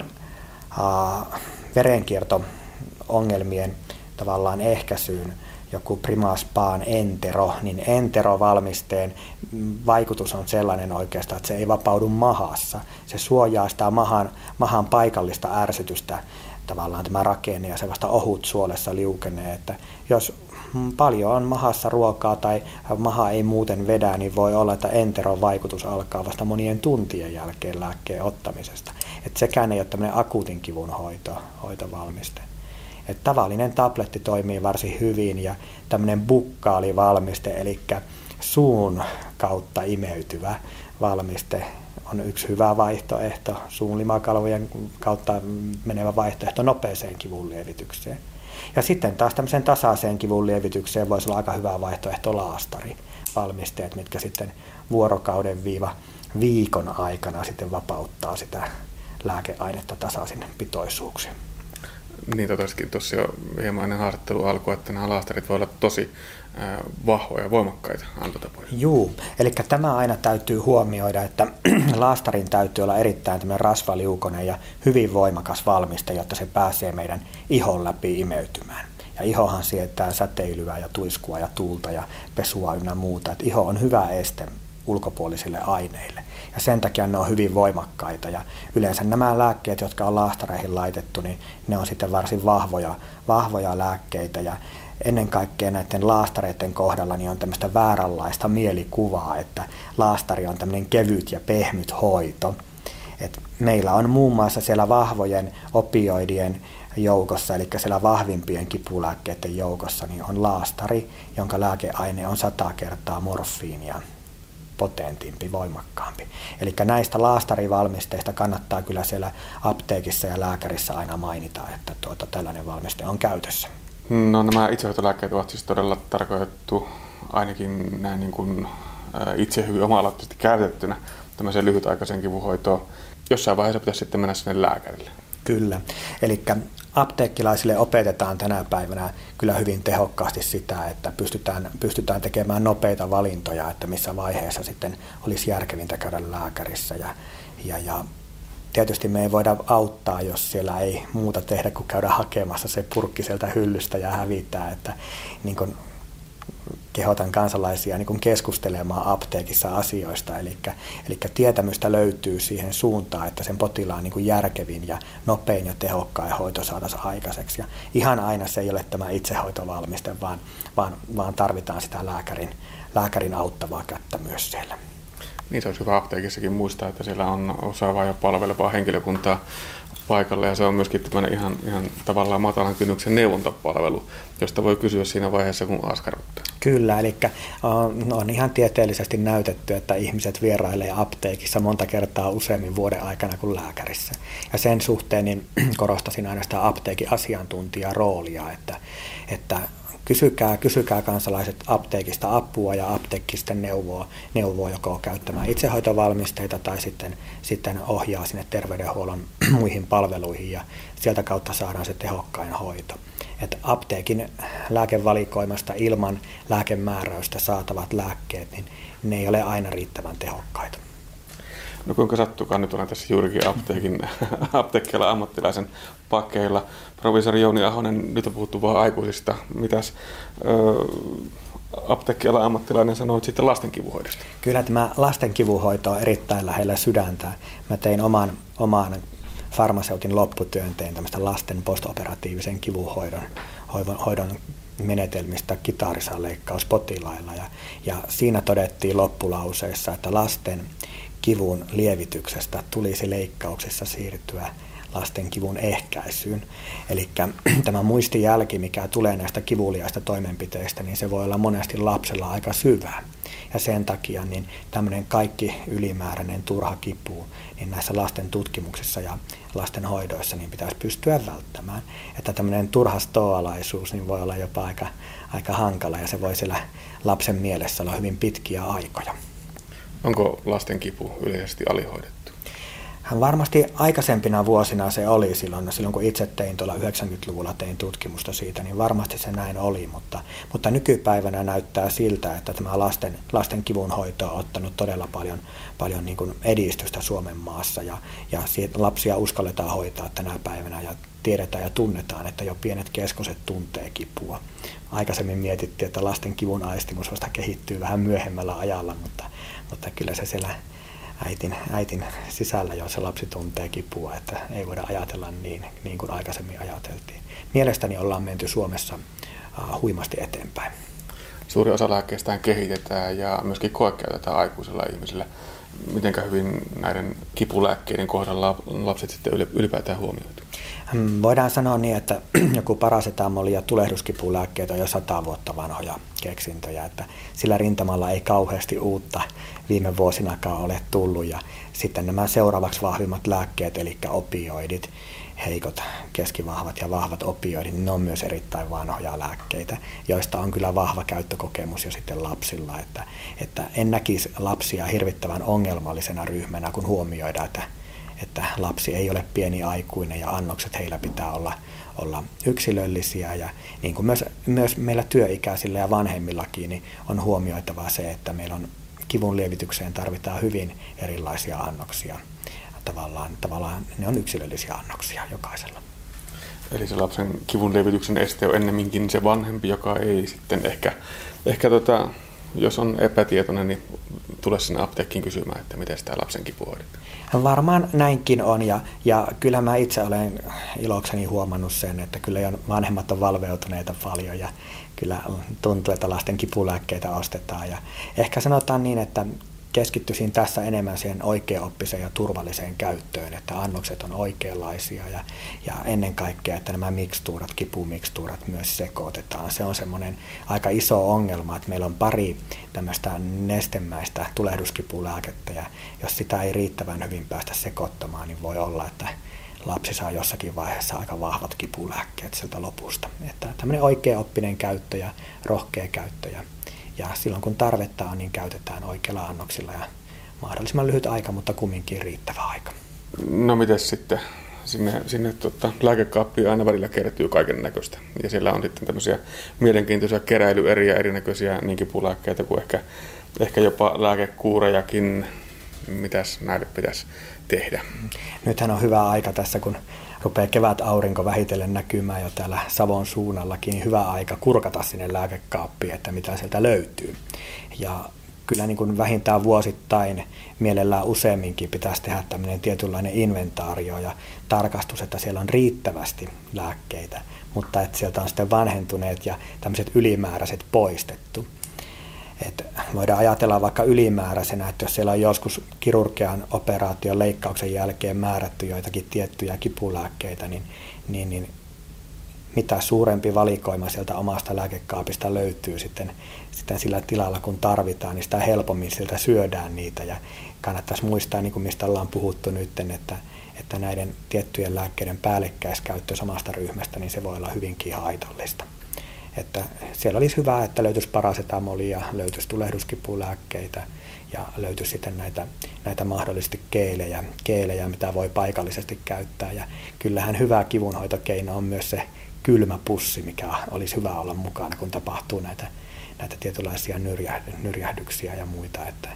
verenkierto-ongelmien tavallaan ehkäisyyn, joku Primaspan Entero, niin enterovalmisteen vaikutus on sellainen oikeastaan, että se ei vapaudu mahassa. Se suojaa sitä mahan paikallista ärsytystä, tavallaan tämä rakenne, ja se vasta ohut suolessa liukenee. Että jos paljon on mahassa ruokaa tai maha ei muuten vedä, niin voi olla, että enteron vaikutus alkaa vasta monien tuntien jälkeen lääkkeen ottamisesta. Että sekään ei ole tämmöinen akuutin kivun hoitovalmiste. Että tavallinen tabletti toimii varsin hyvin ja tämmöinen bukkaalivalmiste, eli suun kautta imeytyvä valmiste on yksi hyvä vaihtoehto, suun limakalvojen kautta menevä vaihtoehto nopeeseen kivunlievitykseen. Ja sitten taas tämmöiseen tasaiseen kivunlievitykseen voisi olla aika hyvä vaihtoehto laastarivalmisteet, mitkä sitten vuorokauden viikon aikana sitten vapauttaa sitä lääkeainetta tasaisin pitoisuuksia. Niin totesikin tuossa jo hieman ennen haastattelu alkua, että nämä laastarit voi olla tosi vahvoja ja voimakkaita antotapoja. Juu, eli tämä aina täytyy huomioida, että laastarin täytyy olla erittäin tämmöinen rasvaliukoinen ja hyvin voimakas valmiste, jotta se pääsee meidän ihon läpi imeytymään. Ja ihohan sietää säteilyä ja tuiskua ja tuulta ja pesua ynnä muuta. Et iho on hyvä este ulkopuolisille aineille. Ja sen takia ne on hyvin voimakkaita. Ja yleensä nämä lääkkeet, jotka on laastareihin laitettu, niin ne on sitten varsin vahvoja lääkkeitä. Ja ennen kaikkea näiden laastareiden kohdalla niin on tämmöistä vääränlaista mielikuvaa, että laastari on tämmöinen kevyt ja pehmyt hoito. Et meillä on muun muassa siellä vahvojen opioidien joukossa, eli siellä vahvimpien kipulääkkeiden joukossa, niin on laastari, jonka lääkeaine on 100 kertaa morfiinia potentimpi, voimakkaampi. Eli näistä laastarivalmisteista kannattaa kyllä siellä apteekissa ja lääkärissä aina mainita, että tällainen valmiste on käytössä. No nämä itsehoitolääkkeet ovat siis todella tarkoitettu ainakin näin niin kuin itse hyvin oma-aloitteisesti käytettynä tämmöiseen lyhytaikaisen kivunhoitoon. Jossain vaiheessa pitäisi sitten mennä sinne lääkärille. Kyllä. Eli apteekkilaisille opetetaan tänä päivänä kyllä hyvin tehokkaasti sitä, että pystytään tekemään nopeita valintoja, että missä vaiheessa sitten olisi järkevintä käydä lääkärissä. Ja tietysti me ei voida auttaa, jos siellä ei muuta tehdä kuin käydä hakemassa se purkki sieltä hyllystä ja hävittää, että niin kuin kehotan kansalaisia niin kuin keskustelemaan apteekissa asioista, eli tietämystä löytyy siihen suuntaan, että sen potilaan niin kuin järkevin ja nopein ja tehokkain hoito saataisiin aikaiseksi. Ja ihan aina se ei ole tämä itsehoitovalmiste, vaan tarvitaan sitä lääkärin auttavaa kättä myös siellä. Niin se olisi hyvä apteekissakin muistaa, että siellä on osaavaa ja palvelevaa henkilökuntaa paikalla, ja se on myöskin tämmöinen ihan tavallaan matalan kynnyksen neuvontapalvelu, josta voi kysyä siinä vaiheessa, kun askarruttaa. Kyllä, eli on ihan tieteellisesti näytetty, että ihmiset vierailee apteekissa monta kertaa useammin vuoden aikana kuin lääkärissä. Ja sen suhteen niin korostaisin aina sitä apteekin asiantuntijaroolia, että kysykää kansalaiset apteekista apua ja apteekki sitten neuvoo joko käyttämään itsehoitovalmisteita tai sitten ohjaa sinne terveydenhuollon muihin palveluihin ja sieltä kautta saadaan se tehokkain hoito. Et apteekin lääkevalikoimasta ilman lääkemääräystä saatavat lääkkeet, niin ne ei ole aina riittävän tehokkaita. No kuinka sattukaan, nyt olen tässä juurikin apteekkialan ammattilaisen pakkeilla. Proviisori Jouni Ahonen, nyt on puhuttu vain aikuisista. Mitäs apteekkialan ammattilainen sanoo sitten lasten kivunhoidosta? Kyllä tämä lasten kivunhoito on erittäin lähellä sydäntä. Mä tein oman farmaseutin lopputyön, tein tämmöistä lasten postoperatiivisen kivunhoidon menetelmistä kitarisanleikkauspotilailla. Ja siinä todettiin loppulauseessa, että lasten kivun lievityksestä tulisi leikkauksissa siirtyä lasten kivun ehkäisyyn. Eli tämä muistijälki, mikä tulee näistä kivuliaista toimenpiteistä, niin se voi olla monesti lapsella aika syvää. Ja sen takia niin tämmöinen kaikki ylimääräinen turha kipu, niin näissä lasten tutkimuksissa ja lasten hoidoissa niin pitäisi pystyä välttämään. Että tämmöinen turha stoalaisuus niin voi olla jopa aika hankala ja se voi siellä lapsen mielessä olla hyvin pitkiä aikoja. Onko lasten kipu yleisesti alihoidettu? Varmasti aikaisempina vuosina se oli silloin kun itse tein tuolla 90-luvulla tein tutkimusta siitä, niin varmasti se näin oli, mutta nykypäivänä näyttää siltä, että tämä lasten kivunhoito on ottanut todella paljon niin kuin edistystä Suomen maassa ja lapsia uskalletaan hoitaa tänä päivänä ja tiedetään ja tunnetaan, että jo pienet keskoset tuntee kipua. Aikaisemmin mietittiin, että lasten kivun aistimus vasta kehittyy vähän myöhemmällä ajalla, mutta kyllä se siellä äitin sisällä, jossa lapsi tuntee kipua, että ei voida ajatella niin kuin aikaisemmin ajateltiin. Mielestäni ollaan menty Suomessa huimasti eteenpäin. Suuri osa lääkkeistään kehitetään ja myöskin koekäytetään aikuisilla ihmisillä. Mitenkä hyvin näiden kipulääkkeiden kohdalla lapset sitten ylipäätään huomioitu? Voidaan sanoa niin, että joku parasetamoli ja tulehduskipulääkkeet on jo 100 vuotta vanhoja keksintöjä, että sillä rintamalla ei kauheasti uutta viime vuosinakaan ole tullut. Ja sitten nämä seuraavaksi vahvimmat lääkkeet, eli opioidit, heikot, keskivahvat ja vahvat opioidit, niin ne on myös erittäin vanhoja lääkkeitä, joista on kyllä vahva käyttökokemus jo sitten lapsilla. Että en näkisi lapsia hirvittävän ongelmallisena ryhmänä, kun huomioidaan, että lapsi ei ole pieni aikuinen ja annokset heillä pitää olla yksilöllisiä. Ja niin kuin myös meillä työikäisillä ja vanhemmillakin niin on huomioitava se, että meillä on kivun lievitykseen tarvitaan hyvin erilaisia annoksia. Tavallaan ne on yksilöllisiä annoksia jokaisella. Eli se lapsen kivun lievityksen este on ennemminkin se vanhempi, joka ei sitten ehkä jos on epätietoinen, niin tule sinne apteekkiin kysymään, että miten sitä lapsen kipu hoidetaan. Varmaan näinkin on ja kyllä mä itse olen ilokseni huomannut sen, että kyllä jo vanhemmat on valveutuneita paljon ja kyllä tuntuu, että lasten kipulääkkeitä ostetaan. Ja ehkä sanotaan niin, että keskittyisin tässä enemmän siihen oikeaoppiseen ja turvalliseen käyttöön, että annokset on oikeanlaisia ja ennen kaikkea, että nämä kipumikstuurat myös sekoitetaan. Se on semmoinen aika iso ongelma, että meillä on pari tämmöistä nestemäistä tulehduskipulääkettä ja jos sitä ei riittävän hyvin päästä sekoittamaan, niin voi olla, että lapsi saa jossakin vaiheessa aika vahvat kipulääkkeet sieltä lopusta. Että tämmöinen oikeaoppinen käyttö ja rohkea käyttö ja silloin kun tarvetta on, niin käytetään oikeilla annoksilla ja mahdollisimman lyhyt aika, mutta kumminkin riittävä aika. No mites sitten? Sinne lääkekaappiin aina välillä kertyy kaiken näköistä. Ja siellä on sitten tämmöisiä mielenkiintoisia keräilyeriä, erinäköisiä niin kipulääkkeitä kuin ehkä jopa lääkekuurejakin. Mitäs näille pitäisi tehdä? Nythän on hyvä aika tässä, kun rupeaa kevät-aurinko vähitellen näkymään jo täällä Savon suunnallakin, niin hyvä aika kurkata sinne lääkekaappiin, että mitä sieltä löytyy. Ja kyllä niin kuin vähintään vuosittain, mielellään useamminkin pitäisi tehdä tämmöinen tietynlainen inventaario ja tarkastus, että siellä on riittävästi lääkkeitä, mutta että sieltä on sitten vanhentuneet ja tämmöiset ylimääräiset poistettu. Et voidaan ajatella vaikka ylimääräisenä, että jos siellä on joskus kirurgian operaation leikkauksen jälkeen määrätty joitakin tiettyjä kipulääkkeitä, niin mitä suurempi valikoima sieltä omasta lääkekaapista löytyy sitten sillä tilalla, kun tarvitaan, niin sitä helpommin sieltä syödään niitä. Ja kannattaisi muistaa, niin kuin mistä ollaan puhuttu nyt, että näiden tiettyjen lääkkeiden päällekkäiskäyttö samasta ryhmästä, niin se voi olla hyvinkin haitallista. Että siellä olisi hyvä, että löytyisi parasetamolia, löytyisi tulehduskipulääkkeitä ja löytyisi sitten näitä mahdollisesti keelejä, mitä voi paikallisesti käyttää. Ja kyllähän hyvä kivunhoitokeino on myös se kylmä pussi, mikä olisi hyvä olla mukana, kun tapahtuu näitä tietynlaisia nyrjähdyksiä ja muita. Että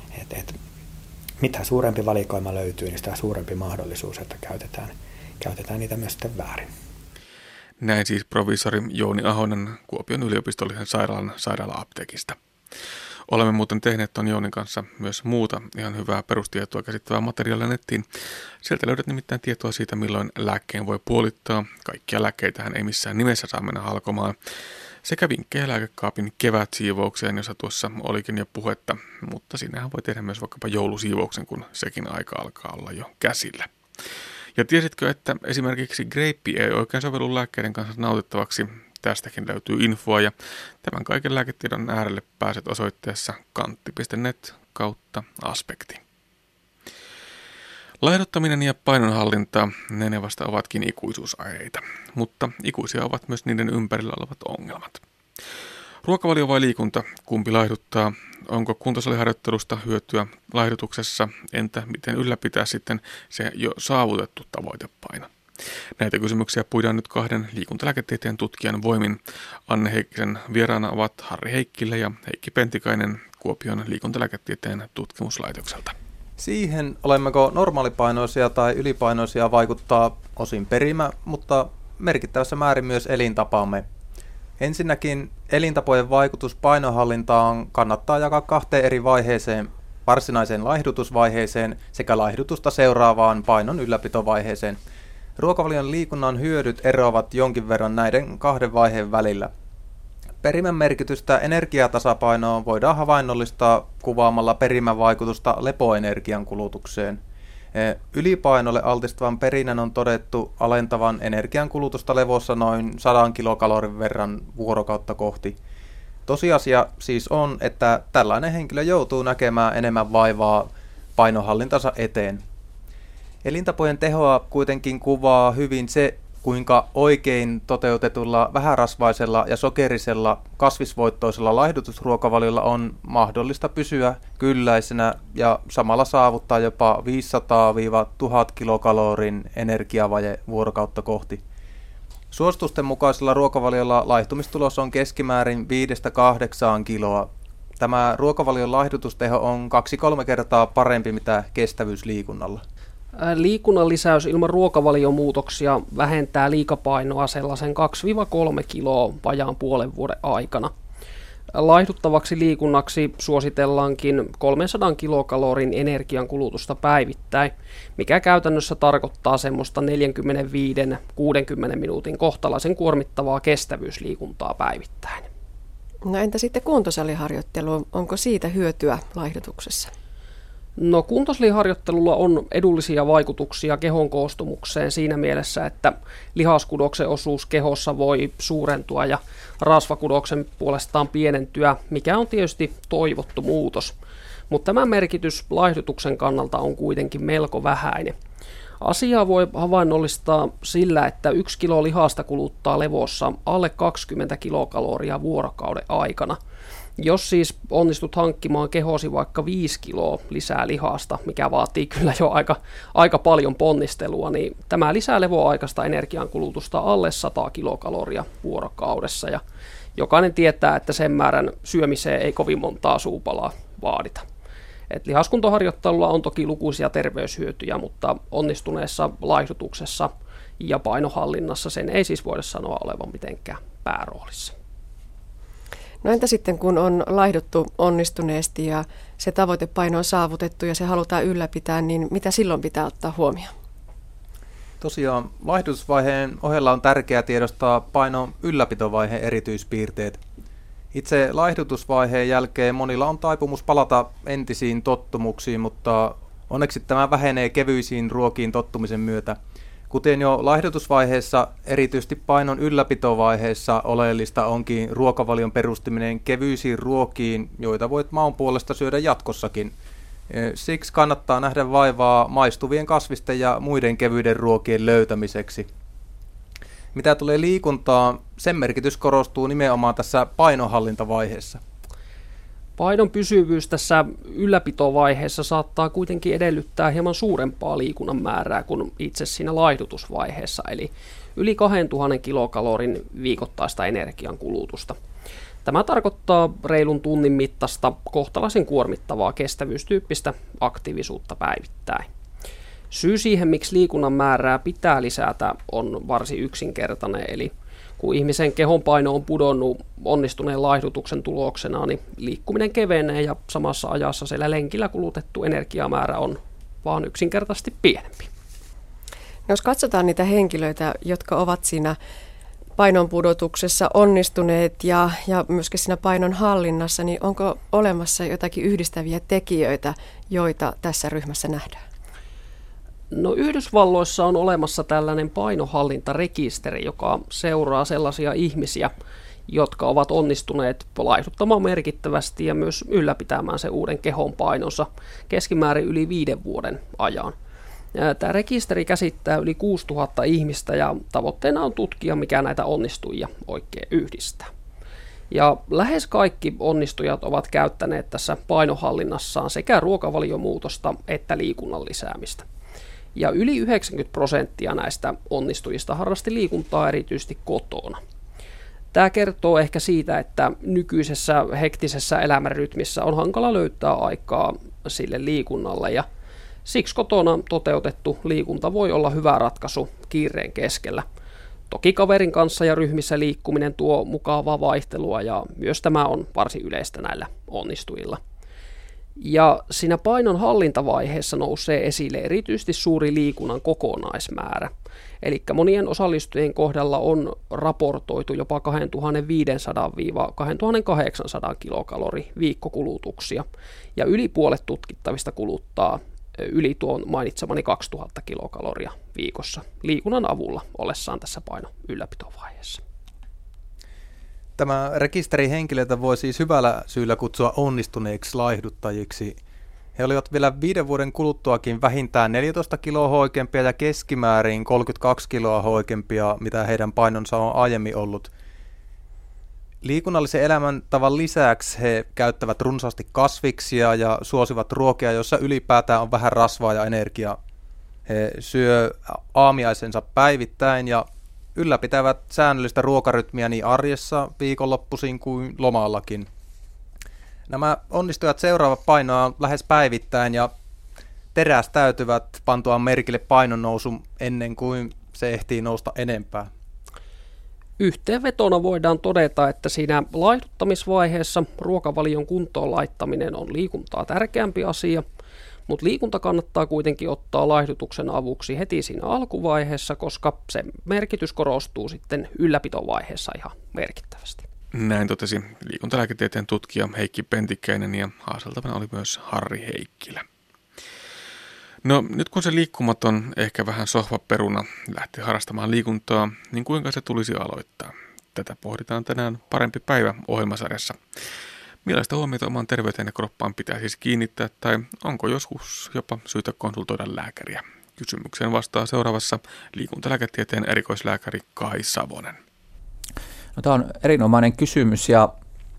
mitä suurempi valikoima löytyy, niin sitä suurempi mahdollisuus, että käytetään niitä myös sitten väärin. Näin siis proviisori Jouni Ahonen Kuopion yliopistollisen sairaalan sairaala-apteekista. Olemme muuten tehneet tuon Jounin kanssa myös muuta ihan hyvää perustietoa käsittävää materiaalia nettiin. Sieltä löydät nimittäin tietoa siitä, milloin lääkkeen voi puolittaa. Kaikkia lääkkeitähän ei missään nimessä saa mennä halkomaan. Sekä vinkkejä lääkekaapin kevätsiivoukseen, jossa tuossa olikin jo puhetta, mutta sinnehän voi tehdä myös vaikkapa joulusiivouksen, kun sekin aika alkaa olla jo käsillä. Ja tiesitkö, että esimerkiksi greippi ei oikein sovellu lääkkeiden kanssa nautittavaksi? Tästäkin löytyy infoa ja tämän kaiken lääketiedon äärelle pääset osoitteessa kantti.net/aspekti. Laihduttaminen ja painonhallinta, ne vasta ovatkin ikuisuusaiheita, mutta ikuisia ovat myös niiden ympärillä olevat ongelmat. Ruokavalio vai liikunta, kumpi laihduttaa? Onko kuntosaliharjoittelusta hyötyä laihdutuksessa? Entä miten ylläpitää sitten se jo saavutettu tavoitepaino? Näitä kysymyksiä puidaan nyt 2 liikuntalääketieteen tutkijan voimin. Anne Heikkisen vieraana ovat Harri Heikkilä ja Heikki Pentikainen Kuopion liikuntalääketieteen tutkimuslaitokselta. Siihen, olemmeko normaalipainoisia tai ylipainoisia, vaikuttaa osin perimä, mutta merkittävässä määrin myös elintapamme. Ensinnäkin elintapojen vaikutus painonhallintaan kannattaa jakaa 2 eri vaiheeseen, varsinaiseen laihdutusvaiheeseen sekä laihdutusta seuraavaan painon ylläpitovaiheeseen. Ruokavalion liikunnan hyödyt eroavat jonkin verran näiden 2 vaiheen välillä. Perimän merkitystä energiatasapainoon voidaan havainnollistaa kuvaamalla perimän vaikutusta lepoenergian kulutukseen. Ylipainolle altistavan perinnän on todettu alentavan energiankulutusta levossa noin 100 kilokalorin verran vuorokautta kohti. Tosiasia siis on, että tällainen henkilö joutuu näkemään enemmän vaivaa painonhallintansa eteen. Elintapojen tehoa kuitenkin kuvaa hyvin se, kuinka oikein toteutetulla vähärasvaisella ja sokerisella kasvisvoittoisella laihdutusruokavaliolla on mahdollista pysyä kylläisenä ja samalla saavuttaa jopa 500-1000 kilokalorin energiavaje vuorokautta kohti. Suositusten mukaisella ruokavaliolla laihtumistulos on keskimäärin 5-8 kiloa. Tämä ruokavalion laihdutusteho on 2-3 kertaa parempi mitä kestävyysliikunnalla. Liikunnan lisäys ilman ruokavaliomuutoksia vähentää liikapainoa sellaisen 2-3 kiloa vajaan puolen vuoden aikana. Laihduttavaksi liikunnaksi suositellaankin 300 kilokalorin energiankulutusta päivittäin, mikä käytännössä tarkoittaa semmoista 45-60 minuutin kohtalaisen kuormittavaa kestävyysliikuntaa päivittäin. No entä sitten kuntosaliharjoittelu, onko siitä hyötyä laihdutuksessa? No kuntosaliharjoittelulla on edullisia vaikutuksia kehon koostumukseen siinä mielessä, että lihaskudoksen osuus kehossa voi suurentua ja rasvakudoksen puolestaan pienentyä, mikä on tietysti toivottu muutos. Mutta tämä merkitys laihdutuksen kannalta on kuitenkin melko vähäinen. Asiaa voi havainnollistaa sillä, että 1 kilo lihasta kuluttaa levossa alle 20 kilokaloria vuorokauden aikana. Jos siis onnistut hankkimaan kehosi vaikka 5 kiloa lisää lihasta, mikä vaatii kyllä jo aika paljon ponnistelua, niin tämä lisää levoaikaista energiankulutusta alle 100 kilokaloria vuorokaudessa. Ja jokainen tietää, että sen määrän syömiseen ei kovin montaa suupalaa vaadita. Et lihaskuntoharjoittelulla on toki lukuisia terveyshyötyjä, mutta onnistuneessa laihdutuksessa ja painohallinnassa sen ei siis voida sanoa olevan mitenkään pääroolissa. No entä sitten, kun on laihduttu onnistuneesti ja se tavoitepaino on saavutettu ja se halutaan ylläpitää, niin mitä silloin pitää ottaa huomioon? Tosiaan laihdutusvaiheen ohella on tärkeää tiedostaa painon ylläpitovaiheen erityispiirteet. Itse laihdutusvaiheen jälkeen monilla on taipumus palata entisiin tottumuksiin, mutta onneksi tämä vähenee kevyisiin ruokiin tottumisen myötä. Kuten jo laihdutusvaiheessa, erityisesti painon ylläpitovaiheessa oleellista onkin ruokavalion perustaminen kevyisiin ruokiin, joita voit maun puolesta syödä jatkossakin. Siksi kannattaa nähdä vaivaa maistuvien kasvisten ja muiden kevyiden ruokien löytämiseksi. Mitä tulee liikuntaan, sen merkitys korostuu nimenomaan tässä painonhallintavaiheessa. Painon pysyvyys tässä ylläpitovaiheessa saattaa kuitenkin edellyttää hieman suurempaa liikunnan määrää kuin itse siinä laihdutusvaiheessa, eli yli 2000 kilokalorin viikoittaista energiankulutusta. Tämä tarkoittaa reilun tunnin mittaista kohtalaisen kuormittavaa kestävyystyyppistä aktiivisuutta päivittäin. Syy siihen, miksi liikunnan määrää pitää lisätä, on varsin yksinkertainen, eli kun ihmisen kehonpaino on pudonnut onnistuneen laihdutuksen tuloksena, niin liikkuminen kevenee ja samassa ajassa siellä lenkillä kulutettu energiamäärä on vaan yksinkertaisesti pienempi. No jos katsotaan niitä henkilöitä, jotka ovat siinä painon pudotuksessa onnistuneet ja myöskin siinä painon hallinnassa, niin onko olemassa jotakin yhdistäviä tekijöitä, joita tässä ryhmässä nähdään? No Yhdysvalloissa on olemassa tällainen painohallintarekisteri, joka seuraa sellaisia ihmisiä, jotka ovat onnistuneet laihduttamaan merkittävästi ja myös ylläpitämään sen uuden kehon painonsa keskimäärin yli 5 vuoden ajan. Tämä rekisteri käsittää yli 6000 ihmistä ja tavoitteena on tutkia, mikä näitä onnistujia oikein yhdistää. Ja lähes kaikki onnistujat ovat käyttäneet tässä painonhallinnassaan sekä ruokavaliomuutosta että liikunnan lisäämistä. Ja yli 90% näistä onnistujista harrasti liikuntaa erityisesti kotona. Tämä kertoo ehkä siitä, että nykyisessä hektisessä elämänrytmissä on hankala löytää aikaa sille liikunnalle ja siksi kotona toteutettu liikunta voi olla hyvä ratkaisu kiireen keskellä. Toki kaverin kanssa ja ryhmissä liikkuminen tuo mukavaa vaihtelua ja myös tämä on varsin yleistä näillä onnistujilla. Ja siinä painon hallintavaiheessa nousee esille erityisesti suuri liikunnan kokonaismäärä. Eli monien osallistujien kohdalla on raportoitu jopa 2500-2800 kilokaloria viikkokulutuksia. Ja yli puolet tutkittavista kuluttaa yli tuon mainitsemani 2000 kilokaloria viikossa liikunnan avulla ollessaan tässä painon ylläpitovaiheessa. Tämä rekisterihenkilöitä voi siis hyvällä syyllä kutsua onnistuneiksi laihduttajiksi. He olivat vielä 5 vuoden kuluttuakin vähintään 14 kiloa hoikempia ja keskimäärin 32 kiloa hoikempia, mitä heidän painonsa on aiemmin ollut. Liikunnallisen elämäntavan lisäksi he käyttävät runsaasti kasviksia ja suosivat ruokia, joissa ylipäätään on vähän rasvaa ja energiaa. He syö aamiaisensa päivittäin ja ylläpitävät säännöllistä ruokarytmiä niin arjessa, viikonloppuisin kuin lomallakin. Nämä onnistujat seuraavat painoa lähes päivittäin ja terästäytyvät pantuaan merkille painonnousun ennen kuin se ehtii nousta enempää. Yhteenvetona voidaan todeta, että siinä laihduttamisvaiheessa ruokavalion kuntoon laittaminen on liikuntaa tärkeämpi asia, mutta liikunta kannattaa kuitenkin ottaa laihdutuksen avuksi heti siinä alkuvaiheessa, koska se merkitys korostuu sitten ylläpitovaiheessa ihan merkittävästi. Näin totesi liikuntalääketieteen tutkija Heikki Pentikäinen ja haaseltavana oli myös Harri Heikkilä. No nyt kun se liikkumaton, ehkä vähän sohvaperuna lähti harrastamaan liikuntaa, niin kuinka se tulisi aloittaa? Tätä pohditaan tänään Parempi päivä -ohjelmasarjassa. Millaista huomiota oman terveyteen ja kroppaan pitää siis kiinnittää tai onko joskus jopa syytä konsultoida lääkäriä? Kysymykseen vastaa seuraavassa liikuntalääketieteen erikoislääkäri Kai Savonen. No, tämä on erinomainen kysymys ja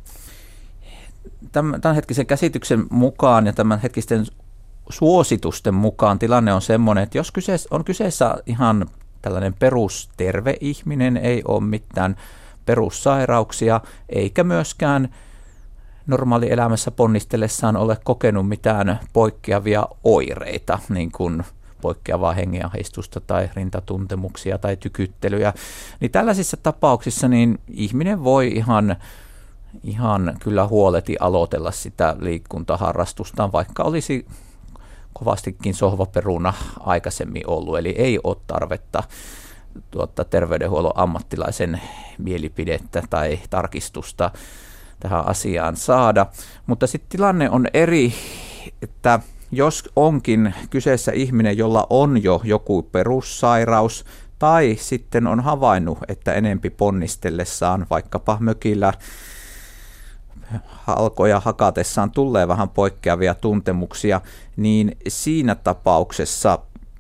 tämänhetkisen käsityksen mukaan ja tämänhetkisten suositusten mukaan tilanne on semmoinen, että jos on kyseessä ihan tällainen perusterve ihminen, ei ole mitään perussairauksia eikä myöskään normaalielämässä ponnistellessaan ole kokenut mitään poikkeavia oireita, niin kuin poikkeavaa hengenahdistusta tai rintatuntemuksia tai tykyttelyjä, niin tällaisissa tapauksissa niin ihminen voi ihan kyllä huoleti aloitella sitä liikuntaharrastustaan, vaikka olisi kovastikin sohvaperuna aikaisemmin ollut, eli ei ole tarvetta terveydenhuollon ammattilaisen mielipidettä tai tarkistusta tähän asiaan saada. Mutta sitten tilanne on eri, että jos onkin kyseessä ihminen, jolla on jo joku perussairaus, tai sitten on havainnut, että enempi ponnistellessaan vaikkapa mökillä halkoja hakatessaan tulee vähän poikkeavia tuntemuksia, niin siinä tapauksessa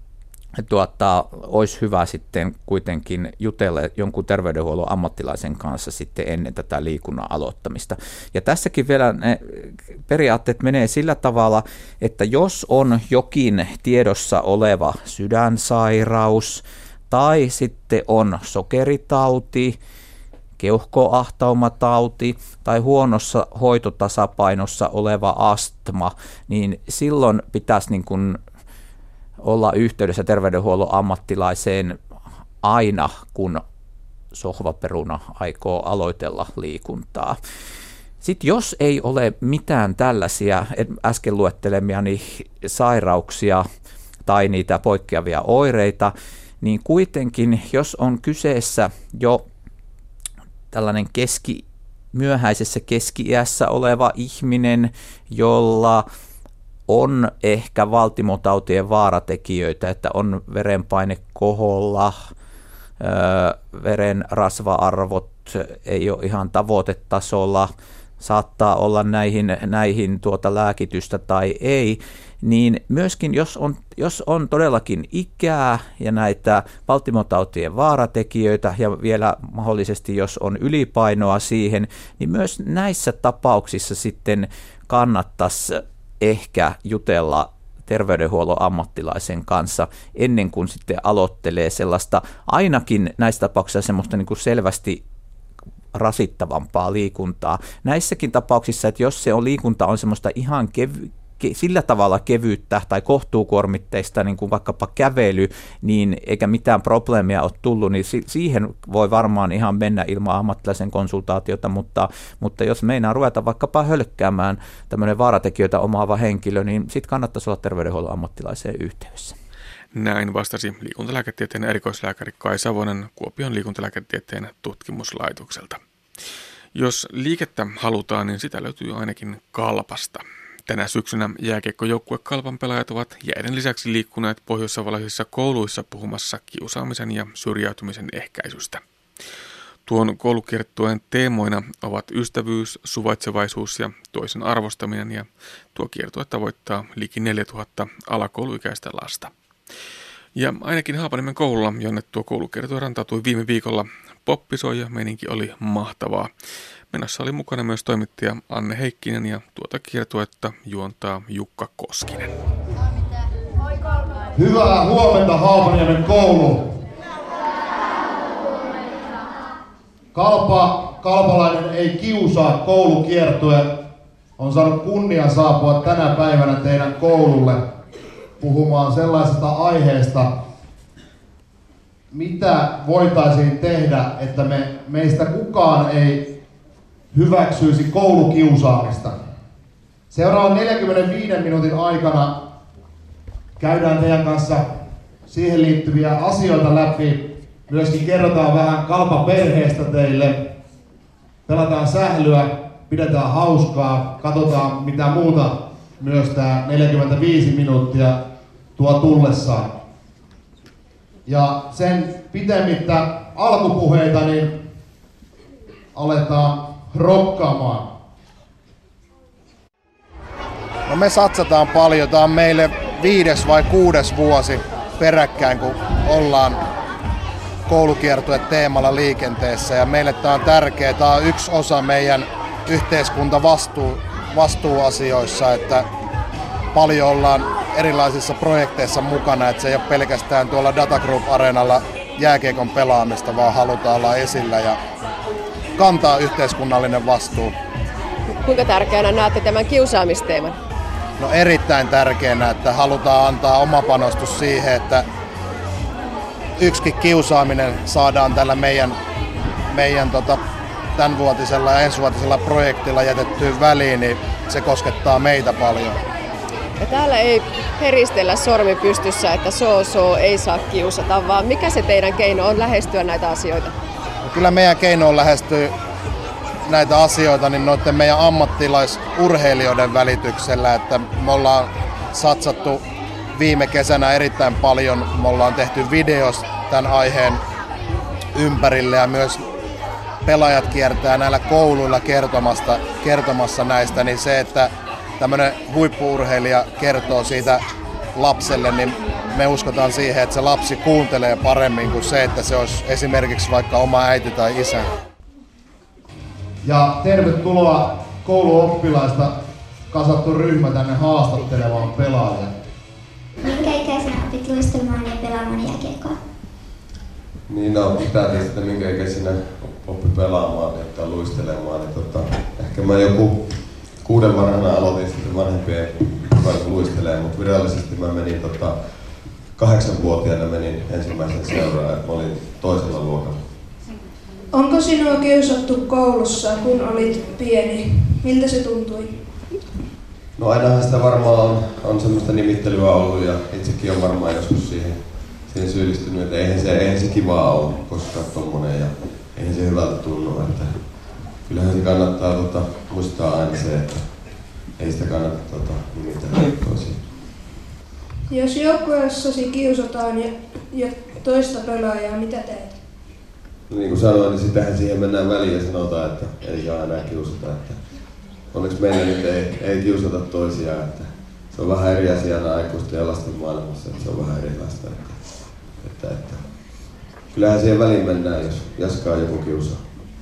olisi hyvä sitten kuitenkin jutella jonkun terveydenhuollon ammattilaisen kanssa sitten ennen tätä liikunnan aloittamista. Ja tässäkin vielä ne periaatteet menee sillä tavalla, että jos on jokin tiedossa oleva sydänsairaus tai sitten on sokeritauti, keuhkoahtaumatauti tai huonossa hoitotasapainossa oleva astma, niin silloin pitäisi niin kuin olla yhteydessä terveydenhuollon ammattilaiseen aina, kun sohvaperuna aikoo aloitella liikuntaa. Sitten jos ei ole mitään tällaisia äsken luettelemiani sairauksia tai niitä poikkeavia oireita, niin kuitenkin jos on kyseessä jo tällainen myöhäisessä keski-iässä oleva ihminen, jolla on ehkä valtimotautien vaaratekijöitä, että on verenpaine koholla, veren rasva-arvot ei ole ihan tavoitetasolla, saattaa olla näihin lääkitystä tai ei, niin myöskin jos on todellakin ikää ja näitä valtimotautien vaaratekijöitä ja vielä mahdollisesti jos on ylipainoa siihen, niin myös näissä tapauksissa sitten kannattaisi ehkä jutella terveydenhuollon ammattilaisen kanssa ennen kuin sitten aloittelee sellaista, ainakin näissä tapauksissa semmoista niin kuin selvästi rasittavampaa liikuntaa. Näissäkin tapauksissa, että jos se liikunta on semmoista ihan sillä tavalla kevyyttä tai kohtuukuormitteista, niin kuin vaikkapa kävely, niin eikä mitään probleemia ole tullut, niin siihen voi varmaan ihan mennä ilman ammattilaisen konsultaatiota, mutta jos meinaa ruveta vaikkapa hölkkäämään tämmöinen vaaratekijöitä omaava henkilö, niin sitten kannattaisi olla terveydenhuollon ammattilaiseen yhteydessä. Näin vastasi liikuntalääketieteen erikoislääkäri Kai Savonen Kuopion liikuntalääketieteen tutkimuslaitokselta. Jos liikettä halutaan, niin sitä löytyy ainakin Kalpasta. Tänä syksynä jääkiekkojoukkue Kalpan pelaajat ovat jäiden lisäksi liikkuneet pohjoissavolaisissa kouluissa puhumassa kiusaamisen ja syrjäytymisen ehkäisystä. Tuon koulukiertueen teemoina ovat ystävyys, suvaitsevaisuus ja toisen arvostaminen, ja tuo kiertue tavoittaa liki 4000 alakouluikäistä lasta. Ja ainakin Haapaniemen koululla, jonne tuo koulukiertue rantautui viime viikolla, poppi soi ja meininki oli mahtavaa. Menossa oli mukana myös toimittaja Anne Heikkinen ja tuota kiertuetta juontaa Jukka Koskinen. Hyvää huomenta Haapaniemen koulu. Kalpalainen ei kiusaa koulukiertue on saanut kunnian saapua tänä päivänä teidän koululle puhumaan sellaisesta aiheesta, mitä voitaisiin tehdä, että meistä kukaan ei hyväksyisi koulukiusaamista. Seuraavan 45 minuutin aikana käydään teidän kanssa siihen liittyviä asioita läpi. Myöskin kerrotaan vähän Kalpa-perheestä teille. Pelataan sählyä, pidetään hauskaa, katsotaan mitä muuta myös tämä 45 minuuttia tuo tullessaan. Ja sen pitemmittä alkupuheita niin aletaan rokkaamaan. No me satsataan paljon. Tämä on meille 5. vai 6. vuosi peräkkäin, kun ollaan koulukiertue teemalla liikenteessä. Ja meille tämä on tärkeää. Tämä on yksi osa meidän yhteiskuntavastuuasioissa, että paljon ollaan erilaisissa projekteissa mukana, että se ei ole pelkästään tuolla Data Group-areenalla jääkiekon pelaamista, vaan halutaan olla esillä ja kantaa yhteiskunnallinen vastuu. Kuinka tärkeänä näette tämän kiusaamisteeman? No erittäin tärkeänä, että halutaan antaa oma panostus siihen, että yksikin kiusaaminen saadaan tällä meidän tämänvuotisella ja ensivuotisella projektilla jätettyä väliin, niin se koskettaa meitä paljon. Ja täällä ei heristellä sormi pystyssä, että ei saa kiusata, vaan mikä se teidän keino on lähestyä näitä asioita? No kyllä meidän keino on lähestyä näitä asioita niin noiden meidän ammattilaisurheilijoiden välityksellä, että me ollaan satsattu viime kesänä erittäin paljon, me ollaan tehty videos tämän aiheen ympärille ja myös pelaajat kiertää näillä kouluilla kertomassa näistä, niin se, että tämmöinen huippu-urheilija kertoo siitä lapselle, niin me uskotaan siihen, että se lapsi kuuntelee paremmin kuin se, että se olisi esimerkiksi vaikka oma äiti tai isä. Ja tervetuloa kouluoppilaista kasattu ryhmä tänne haastattelemaan pelaajia. Minkä ikäisenä opit luistelemaan ja pelaamaan jääkiekkoa? Niin pitää tietysti minkä ikäisenä oppi pelaamaan ja luistelemaan. Ehkä mä joku 6 vanhana aloitin sitten vanhempien kanssa luistelemaan, mutta virallisesti mä menin 8-vuotiaana menin ensimmäisen seuraan, että mä olin toisella luokalla. Onko sinua kiusattu koulussa, kun olit pieni? Miltä se tuntui? No ainahan sitä varmaan on semmoista nimittelyä ollut ja itsekin on varmaan joskus siihen syyllistynyt, että eihän se kivaa ole koskaan tommonen ja eihän se hyvältä tunnu. Että kyllähän se kannattaa muistaa aina se, että ei sitä kannata nimittäin toisiin. Jos joukkueessasi kiusataan ja toista pelaajaa, mitä teet? No niin kuin sanoin, niin sitähän siihen mennään väliin ja sanotaan, että ei saa enää kiusata. Että onneksi meillä nyt ei kiusata toisiaan. Että se on vähän eri asia aikuisten ja lasten maailmassa, että se on vähän erilaista. Että kyllähän siihen väliin mennään, jos jaskaa joku kiusaa.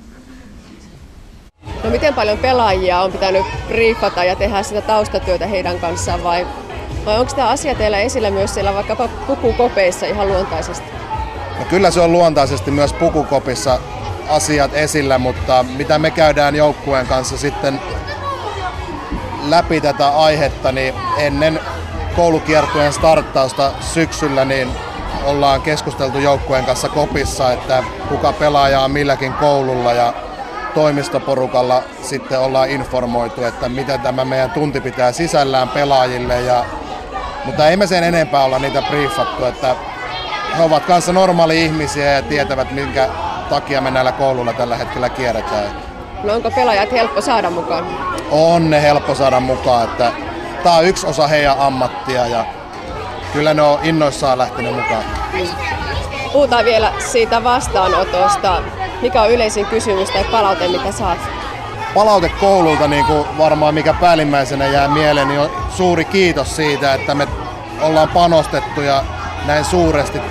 No miten paljon pelaajia on pitänyt briefata ja tehdä sitä taustatyötä heidän kanssaan vai onko tämä asia teillä esillä myös siellä vaikkapa pukukopeissa ihan luontaisesti? No kyllä se on luontaisesti myös pukukopissa asiat esillä, mutta mitä me käydään joukkueen kanssa sitten läpi tätä aihetta, niin ennen koulukiertueen starttausta syksyllä niin ollaan keskusteltu joukkueen kanssa kopissa, että kuka pelaaja on milläkin koululla ja toimistoporukalla sitten ollaan informoitu, että mitä tämä meidän tunti pitää sisällään pelaajille. Mutta ei me sen enempää olla niitä briefattu, että he ovat kanssa normaali ihmisiä ja tietävät, minkä takia me näillä koululla tällä hetkellä kierretään. No onko pelaajat helppo saada mukaan? On ne helppo saada mukaan, että tämä on yksi osa heidän ammattia ja kyllä ne on innoissaan lähtenyt mukaan. Puhutaan vielä siitä vastaanotosta. Mikä on yleisin kysymys tai palaute, mitä saat? Palaute koululta, niin kuin varmaan mikä päällimmäisenä jää mieleen, niin on suuri kiitos siitä, että me ollaan panostettu ja näin suuresti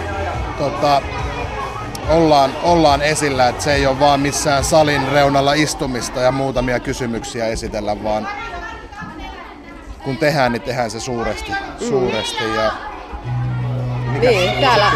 ollaan esillä, että se ei ole vaan missään salin reunalla istumista ja muutamia kysymyksiä esitellä, vaan kun tehdään, niin tehdään se suuresti. Ja niin, täällä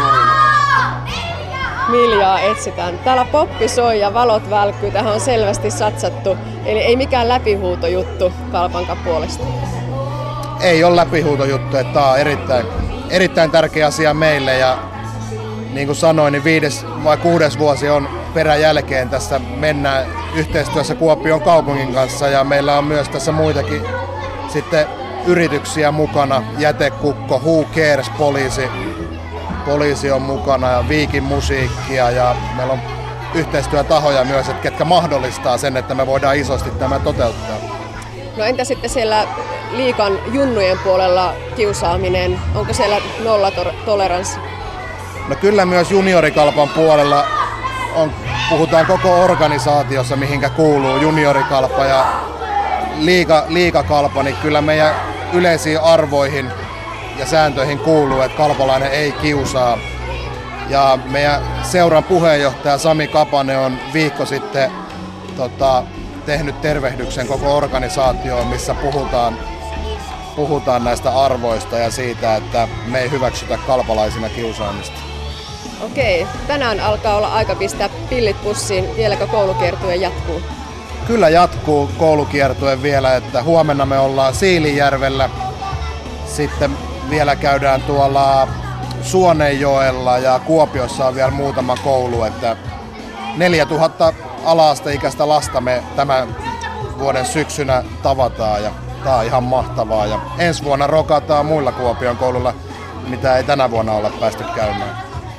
Miljaa etsitään. Täällä poppi soi ja valot välkkyy. Tähän on selvästi satsattu. Eli ei mikään läpihuutojuttu Kalpankan puolesta. Ei ole läpihuutojuttu, että tämä on erittäin tärkeä asia meille. Ja niin kuin sanoin, niin 5. vai 6. vuosi on peräjälkeen tässä mennään yhteistyössä Kuopion kaupungin kanssa. Ja meillä on myös tässä muitakin sitten yrityksiä mukana. Jätekukko, Who Cares, poliisi on mukana ja Viikin musiikkia ja meillä on yhteistyötahoja myös, ketkä mahdollistaa sen, että me voidaan isosti tämä toteuttaa. No entä sitten siellä liigan junnujen puolella kiusaaminen? Onko siellä nollatoleranssi? No kyllä myös juniorikalpan puolella puhutaan koko organisaatiossa, mihinkä kuuluu juniorikalpa ja liigakalpa, niin kyllä meidän yleisiin arvoihin ja sääntöihin kuuluu, että kalpalainen ei kiusaa. Ja meidän seuran puheenjohtaja Sami Kapanen on viikko sitten tehnyt tervehdyksen koko organisaatioon, missä puhutaan näistä arvoista ja siitä, että me ei hyväksytä kalpalaisina kiusaamista. Okei, tänään alkaa olla aika pistää pillit pussiin. Vieläkö koulukiertue jatkuu? Kyllä jatkuu koulukiertue vielä, että huomenna me ollaan Siilinjärvellä. Sitten vielä käydään tuolla Suonenjoella ja Kuopiossa on vielä muutama koulu, että 4000 ala-asteikäistä lasta me tämän vuoden syksynä tavataan ja tää on ihan mahtavaa. Ja ensi vuonna rokataan muilla Kuopion koululla, mitä ei tänä vuonna olla päästy käymään.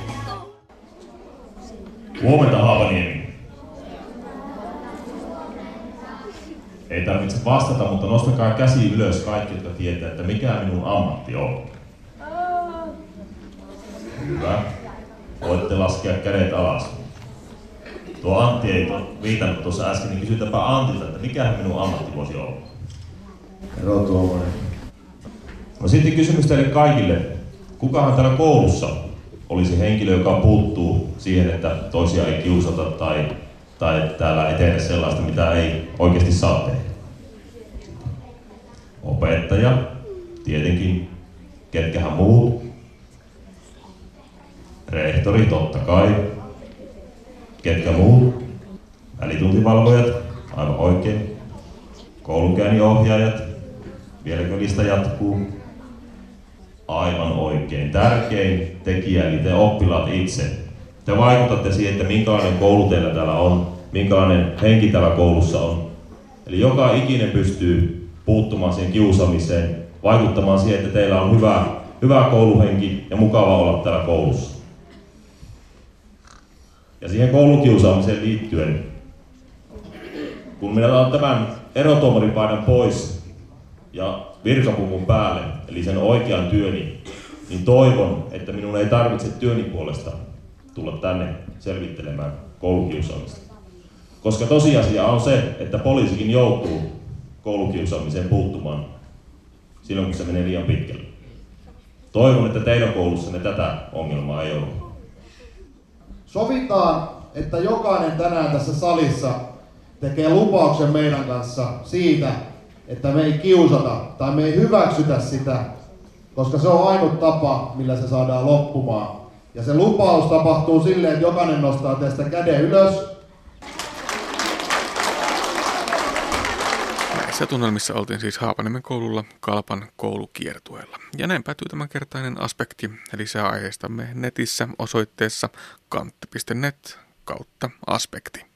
Huomenta Haapaniemi. Ei tarvitse vastata, mutta nostakaa käsi ylös kaikki, jotka tietää, että mikä minun ammatti on. Hyvä. Voitte laskea kädet alas. Tuo Antti ei viitannut tuossa äsken, niin kysytäpä Antilta, että mikä minun ammatti voisi olla. Erotuomainen. No sitten kysymys teille kaikille. Kukahan täällä koulussa olisi henkilö, joka puuttuu siihen, että toisia ei kiusata tai että täällä ei tehdä sellaista, mitä ei oikeasti saa tehdä? Opettaja, tietenkin. Ketkähän muut? Rehtori, totta kai. Ketkä muut? Välituntivalvojat, aivan oikein. Koulunkäynninohjaajat, vieläkö lista jatkuu? Aivan oikein. Tärkein tekijä, eli te oppilaat itse. Te vaikutatte siihen, että minkälainen koulu teillä täällä on, minkälainen henki täällä koulussa on. Eli joka ikinen pystyy puuttumaan siihen kiusaamiseen, vaikuttamaan siihen, että teillä on hyvä kouluhenki ja mukava olla täällä koulussa. Ja siihen koulukiusaamiseen liittyen, kun minä otan tämän erotuomaripaidan pois, ja virkapuvun päälle, eli sen oikean työni, niin toivon, että minun ei tarvitse työni puolesta tulla tänne selvittelemään koulukiusaamista. Koska tosiasia on se, että poliisikin joutuu koulukiusaamiseen puuttumaan silloin, kun se menee liian pitkälle. Toivon, että teidän koulussanne tätä ongelmaa ei ole. Sovitaan, että jokainen tänään tässä salissa tekee lupauksen meidän kanssa siitä, että me ei kiusata tai me ei hyväksytä sitä, koska se on ainut tapa, millä se saadaan loppumaan. Ja se lupaus tapahtuu silleen, että jokainen nostaa tästä käden ylös. Näissä tunnelmissa oltiin siis Haapaniemen koululla Kalpan koulukiertueella. Ja näin päätyy tämänkertainen aspekti. Lisää aiheistamme netissä osoitteessa kantti.net/aspekti.